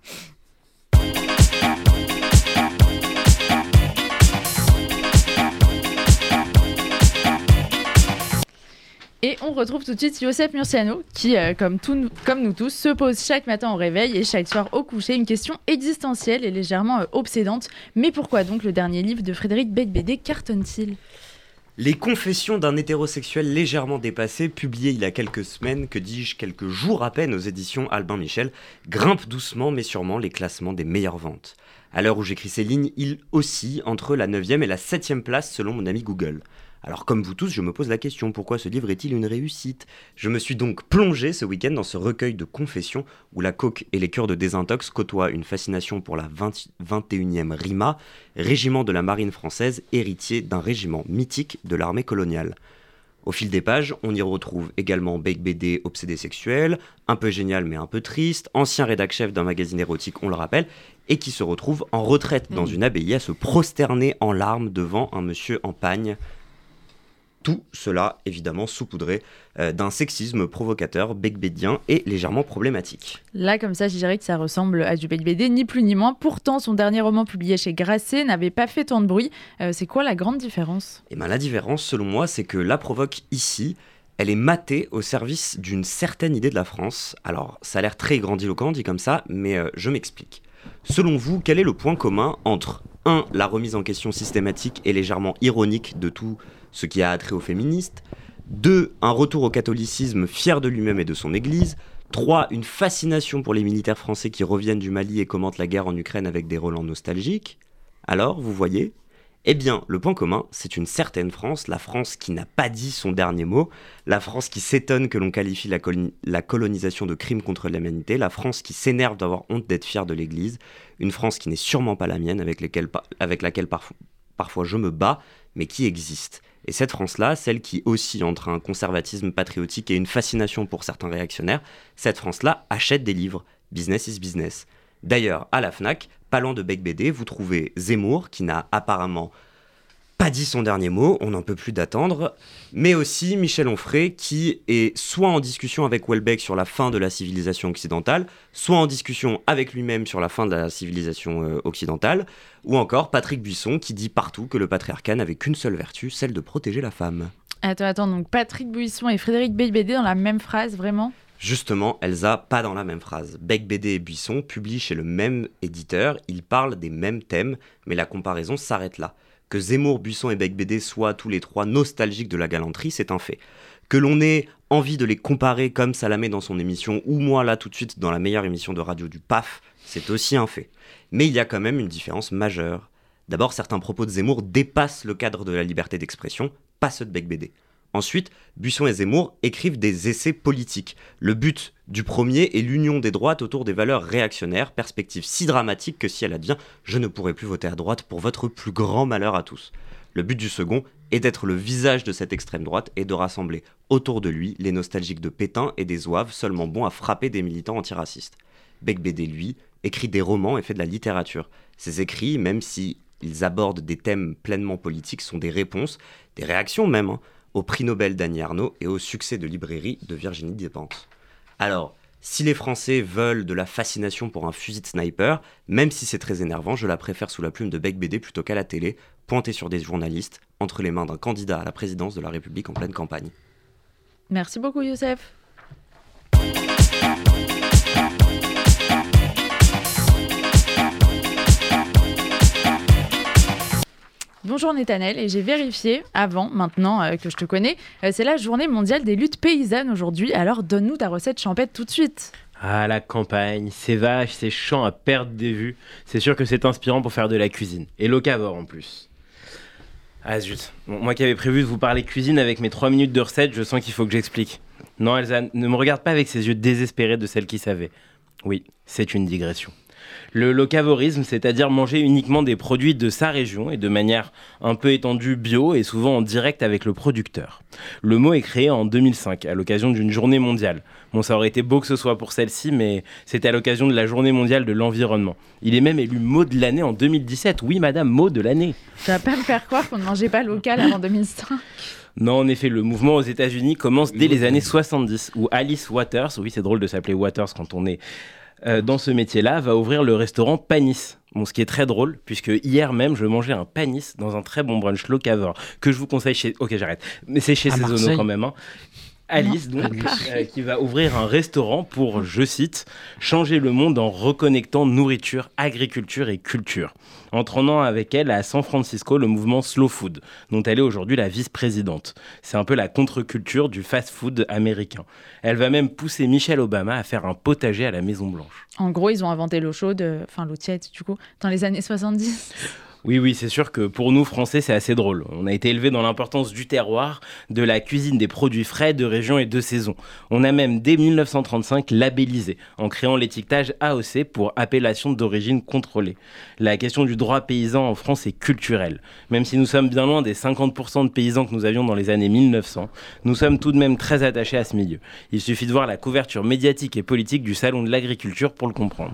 [SPEAKER 2] Et on retrouve tout de suite Youssef Murciano qui, comme nous tous, se pose chaque matin au réveil et chaque soir au coucher une question existentielle et légèrement obsédante. Mais pourquoi donc le dernier livre de Frédéric Beigbeder cartonne-t-il ?
[SPEAKER 1] Les confessions d'un hétérosexuel légèrement dépassé, publié il y a quelques semaines, que dis-je, quelques jours à peine aux éditions Albin Michel, grimpent doucement mais sûrement les classements des meilleures ventes. À l'heure où j'écris ces lignes, il oscille entre la 9e et la 7e place selon mon ami Google. Alors comme vous tous, je me pose la question, pourquoi ce livre est-il une réussite ? Je me suis donc plongé ce week-end dans ce recueil de confessions où la coke et les cures de désintox côtoient une fascination pour la 21e RIMA, régiment de la marine française, héritier d'un régiment mythique de l'armée coloniale. Au fil des pages, on y retrouve également Beigbeder obsédé sexuel, un peu génial mais un peu triste, ancien rédac-chef d'un magazine érotique, on le rappelle, et qui se retrouve en retraite dans une abbaye à se prosterner en larmes devant un monsieur en pagne. Tout cela, évidemment, saupoudré d'un sexisme provocateur, beigbedien et légèrement problématique.
[SPEAKER 2] Là, comme ça, je dirais que ça ressemble à du Beigbeder, ni plus ni moins. Pourtant, son dernier roman publié chez Grasset n'avait pas fait tant de bruit. C'est quoi la grande différence ?
[SPEAKER 1] Eh bien, la différence, selon moi, c'est que la provoque ici, elle est matée au service d'une certaine idée de la France. Alors, ça a l'air très grandiloquent dit comme ça, mais je m'explique. Selon vous, quel est le point commun entre 1. La remise en question systématique et légèrement ironique de tout ce qui a attrait aux féministes. 2. Un retour au catholicisme fier de lui-même et de son église. 3. Une fascination pour les militaires français qui reviennent du Mali et commentent la guerre en Ukraine avec des relents nostalgiques. Alors, vous voyez ? Eh bien, le point commun, c'est une certaine France, la France qui n'a pas dit son dernier mot, la France qui s'étonne que l'on qualifie la colonisation de crime contre l'humanité, la France qui s'énerve d'avoir honte d'être fière de l'Église, une France qui n'est sûrement pas la mienne, avec laquelle parfois je me bats, mais qui existe. Et cette France-là, celle qui oscille entre un conservatisme patriotique et une fascination pour certains réactionnaires, cette France-là achète des livres. Business is business. D'ailleurs, à la Fnac, pas loin de Bec BD, vous trouvez Zemmour, qui n'a apparemment pas dit son dernier mot, on n'en peut plus d'attendre, mais aussi Michel Onfray, qui est soit en discussion avec Houellebecq sur la fin de la civilisation occidentale, soit en discussion avec lui-même sur la fin de la civilisation occidentale, ou encore Patrick Buisson, qui dit partout que le patriarcat n'avait qu'une seule vertu, celle de protéger la femme.
[SPEAKER 2] Attends, donc Patrick Buisson et Frédéric Beigbeder dans la même phrase, vraiment ?
[SPEAKER 1] Justement, Elsa, pas dans la même phrase. Bec BD et Buisson publient chez le même éditeur, ils parlent des mêmes thèmes, mais la comparaison s'arrête là. Que Zemmour, Buisson et Bec BD soient tous les trois nostalgiques de la galanterie, c'est un fait. Que l'on ait envie de les comparer comme Salamé dans son émission, ou moi là tout de suite dans la meilleure émission de radio du PAF, c'est aussi un fait. Mais il y a quand même une différence majeure. D'abord, certains propos de Zemmour dépassent le cadre de la liberté d'expression, pas ceux de Bec BD. Ensuite, Buisson et Zemmour écrivent des essais politiques. Le but du premier est l'union des droites autour des valeurs réactionnaires, perspective si dramatique que si elle advient, je ne pourrai plus voter à droite pour votre plus grand malheur à tous. Le but du second est d'être le visage de cette extrême droite et de rassembler autour de lui les nostalgiques de Pétain et des zouaves seulement bons à frapper des militants antiracistes. Bec BD, lui, écrit des romans et fait de la littérature. Ses écrits, même si ils abordent des thèmes pleinement politiques, sont des réponses, des réactions même, au prix Nobel d'Annie Ernaux et au succès de librairie de Virginie Despentes. Alors, si les Français veulent de la fascination pour un fusil de sniper, même si c'est très énervant, je la préfère sous la plume de Bec BD plutôt qu'à la télé, pointée sur des journalistes, entre les mains d'un candidat à la présidence de la République en pleine campagne.
[SPEAKER 2] Merci beaucoup, Youssef. Bonjour Nethanel, et j'ai vérifié maintenant que je te connais, c'est la journée mondiale des luttes paysannes aujourd'hui, alors donne-nous ta recette champêtre tout de suite.
[SPEAKER 8] Ah, la campagne, ces vaches, ces champs à perdre des vues, c'est sûr que c'est inspirant pour faire de la cuisine, et locavore en plus. Ah zut, moi qui avais prévu de vous parler cuisine avec mes 3 minutes de recette, je sens qu'il faut que j'explique. Non Elsa, ne me regarde pas avec ces yeux désespérés de celle qui savait. Oui, c'est une digression. Le locavorisme, c'est-à-dire manger uniquement des produits de sa région et de manière un peu étendue bio et souvent en direct avec le producteur. Le mot est créé en 2005 à l'occasion d'une journée mondiale. Bon, ça aurait été beau que ce soit pour celle-ci, mais c'était à l'occasion de la journée mondiale de l'environnement. Il est même élu mot de l'année en 2017. Oui, madame, mot de l'année.
[SPEAKER 2] Tu vas pas me faire croire qu'on ne mangeait pas local avant 2005.
[SPEAKER 8] Non, en effet, le mouvement aux États-Unis commence dès les années 70, où Alice Waters, oui, c'est drôle de s'appeler Waters quand on est dans ce métier-là, va ouvrir le restaurant Panis. Bon, ce qui est très drôle, puisque hier même, je mangeais un Panis dans un très bon brunch locavore, que je vous conseille chez... Ok, j'arrête. Mais c'est chez Cézono quand même, Alice, donc, qui va ouvrir un restaurant pour, je cite, changer le monde en reconnectant nourriture, agriculture et culture. Entraînant avec elle à San Francisco le mouvement Slow Food, dont elle est aujourd'hui la vice-présidente. C'est un peu la contre-culture du fast-food américain. Elle va même pousser Michelle Obama à faire un potager à la Maison-Blanche.
[SPEAKER 2] En gros, ils ont inventé l'eau chaude, enfin l'eau tiède du coup, dans les années 70.
[SPEAKER 8] Oui, c'est sûr que pour nous, Français, c'est assez drôle. On a été élevés dans l'importance du terroir, de la cuisine des produits frais, de région et de saison. On a même, dès 1935, labellisé, en créant l'étiquetage AOC pour appellation d'origine contrôlée. La question du droit paysan en France est culturelle. Même si nous sommes bien loin des 50% de paysans que nous avions dans les années 1900, nous sommes tout de même très attachés à ce milieu. Il suffit de voir la couverture médiatique et politique du Salon de l'Agriculture pour le comprendre.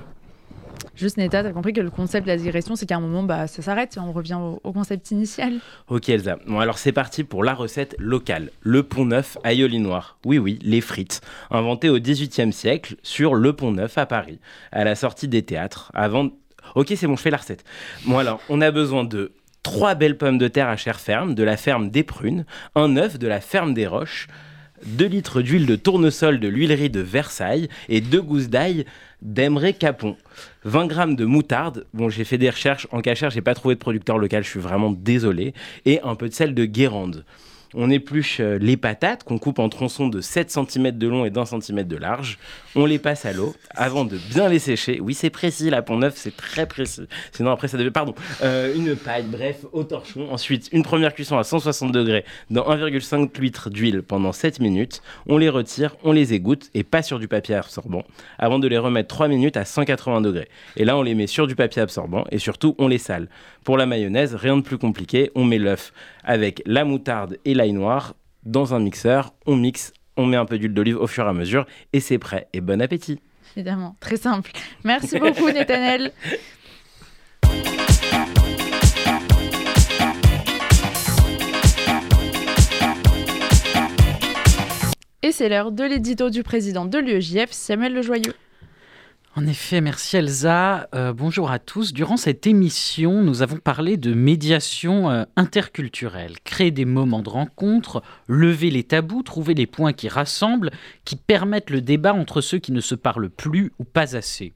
[SPEAKER 2] Juste Neta, t'as compris que le concept de la digression, c'est qu'à un moment, ça s'arrête et on revient au concept initial.
[SPEAKER 8] Ok Elsa, bon alors c'est parti pour la recette locale. Le Pont-Neuf aioli noir. Oui, les frites. Inventées au XVIIIe siècle sur le Pont-Neuf à Paris, à la sortie des théâtres, avant... Ok, c'est bon, je fais la recette. Bon alors, on a besoin de 3 belles pommes de terre à chair ferme, de la ferme des Prunes, un œuf de la ferme des Roches, 2 litres d'huile de tournesol de l'huilerie de Versailles et 2 gousses d'ail d'Aimeret Capon. 20 grammes de moutarde, bon j'ai fait des recherches en cachère, j'ai pas trouvé de producteur local, je suis vraiment désolé, et un peu de sel de Guérande. On épluche les patates qu'on coupe en tronçons de 7 cm de long et d'1 cm de large. On les passe à l'eau avant de bien les sécher. Oui, c'est précis, la Pont-Neuf, c'est très précis. Sinon, après, ça devait... une paille, bref, au torchon. Ensuite, une première cuisson à 160 degrés dans 1,5 litre d'huile pendant 7 minutes. On les retire, on les égoutte et pas sur du papier absorbant avant de les remettre 3 minutes à 180 degrés. Et là, on les met sur du papier absorbant et surtout, on les sale. Pour la mayonnaise, rien de plus compliqué. On met l'œuf avec la moutarde et l'ail noir dans un mixeur. On mixe, on met un peu d'huile d'olive au fur et à mesure et c'est prêt. Et bon appétit.
[SPEAKER 2] Évidemment, très simple. Merci beaucoup, Nethanel. Et c'est l'heure de l'édito du président de l'UEJF, Samuel Lejoyeux.
[SPEAKER 9] En effet, merci Elsa. Bonjour à tous. Durant cette émission, nous avons parlé de médiation interculturelle. Créer des moments de rencontre, lever les tabous, trouver les points qui rassemblent, qui permettent le débat entre ceux qui ne se parlent plus ou pas assez.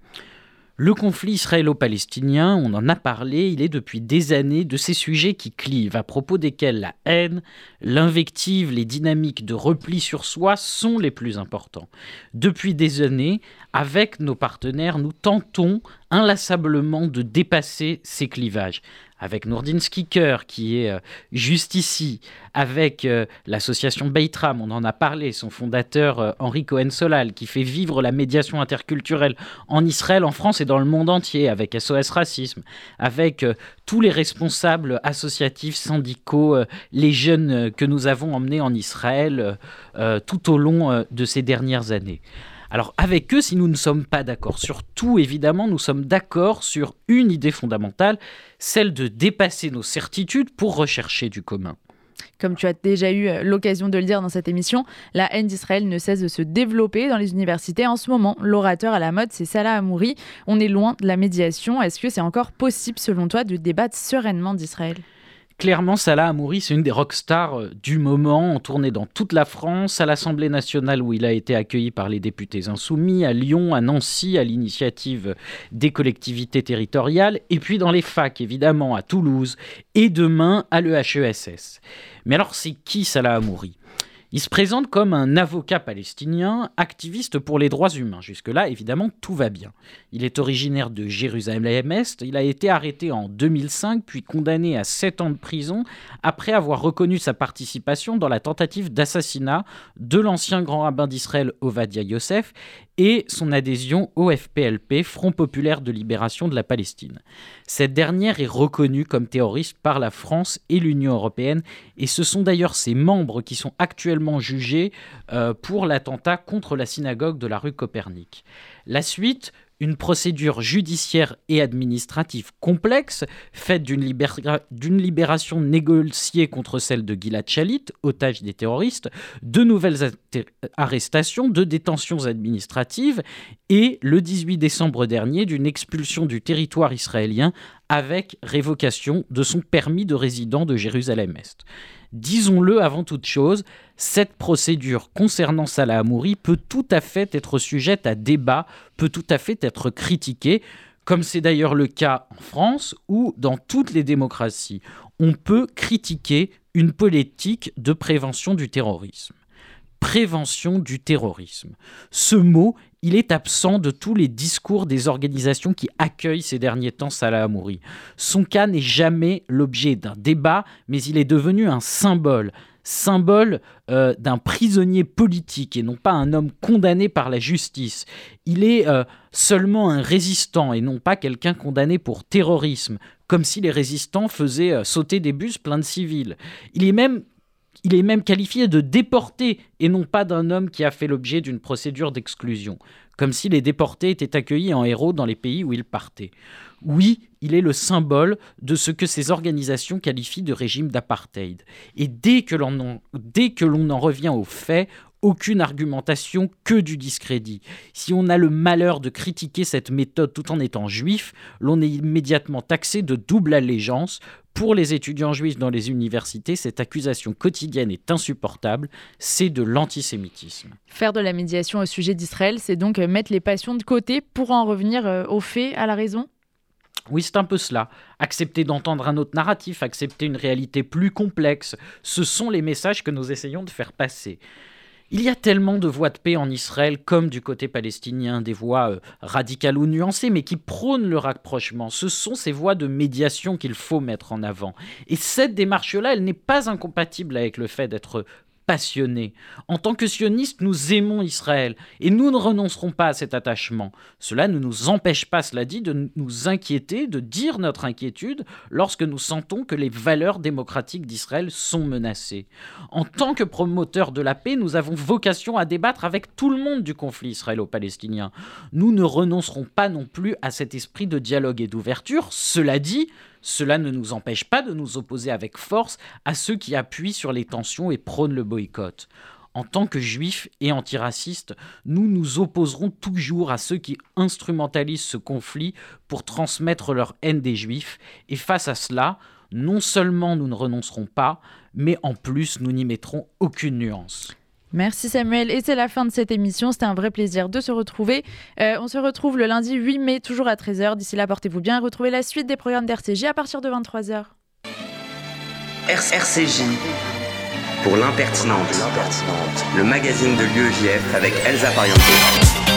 [SPEAKER 9] Le conflit israélo-palestinien, on en a parlé, il est depuis des années de ces sujets qui clivent, à propos desquels la haine, l'invective, les dynamiques de repli sur soi sont les plus importants. Depuis des années, avec nos partenaires, nous tentons inlassablement de dépasser ces clivages. Avec Nourdine Skiker, qui est juste ici, avec l'association Beitram, on en a parlé, son fondateur Henri Cohen-Solal, qui fait vivre la médiation interculturelle en Israël, en France et dans le monde entier, avec SOS Racisme, avec tous les responsables associatifs, syndicaux, les jeunes que nous avons emmenés en Israël tout au long de ces dernières années. Alors avec eux, si nous ne sommes pas d'accord sur tout, évidemment, nous sommes d'accord sur une idée fondamentale, celle de dépasser nos certitudes pour rechercher du commun.
[SPEAKER 2] Comme tu as déjà eu l'occasion de le dire dans cette émission, la haine d'Israël ne cesse de se développer dans les universités. En ce moment, l'orateur à la mode, c'est Salah Hamouri. On est loin de la médiation. Est-ce que c'est encore possible, selon toi, de débattre sereinement d'Israël ?
[SPEAKER 9] Clairement, Salah Hamouri, c'est une des rockstars du moment, en tournée dans toute la France, à l'Assemblée nationale où il a été accueilli par les députés insoumis, à Lyon, à Nancy, à l'initiative des collectivités territoriales, et puis dans les facs, évidemment, à Toulouse, et demain à l'EHESS. Mais alors, c'est qui Salah Hamouri ? Il se présente comme un avocat palestinien, activiste pour les droits humains. Jusque-là, évidemment, tout va bien. Il est originaire de Jérusalem-Est. Il a été arrêté en 2005, puis condamné à 7 ans de prison, après avoir reconnu sa participation dans la tentative d'assassinat de l'ancien grand rabbin d'Israël, Ovadia Yosef, et son adhésion au FPLP, Front Populaire de Libération de la Palestine. Cette dernière est reconnue comme terroriste par la France et l'Union européenne, et ce sont d'ailleurs ses membres qui sont actuellement jugés pour l'attentat contre la synagogue de la rue Copernic. La suite, une procédure judiciaire et administrative complexe, faite d'une libération négociée contre celle de Gilad Shalit, otage des terroristes, de nouvelles arrestations, de détentions administratives, et le 18 décembre dernier, d'une expulsion du territoire israélien avec révocation de son permis de résident de Jérusalem-Est. Disons-le avant toute chose, cette procédure concernant Salah Hamouri peut tout à fait être sujette à débat, peut tout à fait être critiquée, comme c'est d'ailleurs le cas en France ou dans toutes les démocraties. On peut critiquer une politique de prévention du terrorisme. Prévention du terrorisme. Ce mot, il est absent de tous les discours des organisations qui accueillent ces derniers temps Salah Hamouri. Son cas n'est jamais l'objet d'un débat, mais il est devenu un symbole d'un prisonnier politique et non pas un homme condamné par la justice. Il est seulement un résistant et non pas quelqu'un condamné pour terrorisme, comme si les résistants faisaient sauter des bus pleins de civils. Il est même qualifié de déporté et non pas d'un homme qui a fait l'objet d'une procédure d'exclusion, comme si les déportés étaient accueillis en héros dans les pays où ils partaient. Oui, il est le symbole de ce que ces organisations qualifient de régime d'apartheid. Et dès que l'on en revient aux faits, aucune argumentation, que du discrédit. Si on a le malheur de critiquer cette méthode tout en étant juif, l'on est immédiatement taxé de double allégeance. Pour les étudiants juifs dans les universités, cette accusation quotidienne est insupportable, c'est de l'antisémitisme.
[SPEAKER 2] Faire de la médiation au sujet d'Israël, c'est donc mettre les passions de côté pour en revenir aux faits, à la raison ?
[SPEAKER 9] Oui, c'est un peu cela. Accepter d'entendre un autre narratif, accepter une réalité plus complexe, ce sont les messages que nous essayons de faire passer. Il y a tellement de voix de paix en Israël comme du côté palestinien, des voix radicales ou nuancées, mais qui prônent le rapprochement. Ce sont ces voix de médiation qu'il faut mettre en avant. Et cette démarche-là, elle n'est pas incompatible avec le fait d'être passionné. En tant que sionistes, nous aimons Israël et nous ne renoncerons pas à cet attachement. Cela ne nous empêche pas, cela dit, de nous inquiéter, de dire notre inquiétude lorsque nous sentons que les valeurs démocratiques d'Israël sont menacées. En tant que promoteurs de la paix, nous avons vocation à débattre avec tout le monde du conflit israélo-palestinien. Nous ne renoncerons pas non plus à cet esprit de dialogue et d'ouverture. Cela dit, cela ne nous empêche pas de nous opposer avec force à ceux qui appuient sur les tensions et prônent le boycott. En tant que juifs et antiracistes, nous nous opposerons toujours à ceux qui instrumentalisent ce conflit pour transmettre leur haine des juifs. Et face à cela, non seulement nous ne renoncerons pas, mais en plus nous n'y mettrons aucune nuance.
[SPEAKER 2] Merci Samuel, et c'est la fin de cette émission, c'était un vrai plaisir de se retrouver. On se retrouve le lundi 8 mai, toujours à 13h. D'ici là, portez-vous bien et retrouvez la suite des programmes d'RCJ à partir de 23h.
[SPEAKER 1] RCJ pour l'impertinente, le magazine de l'UEJF avec Elsa Pariente.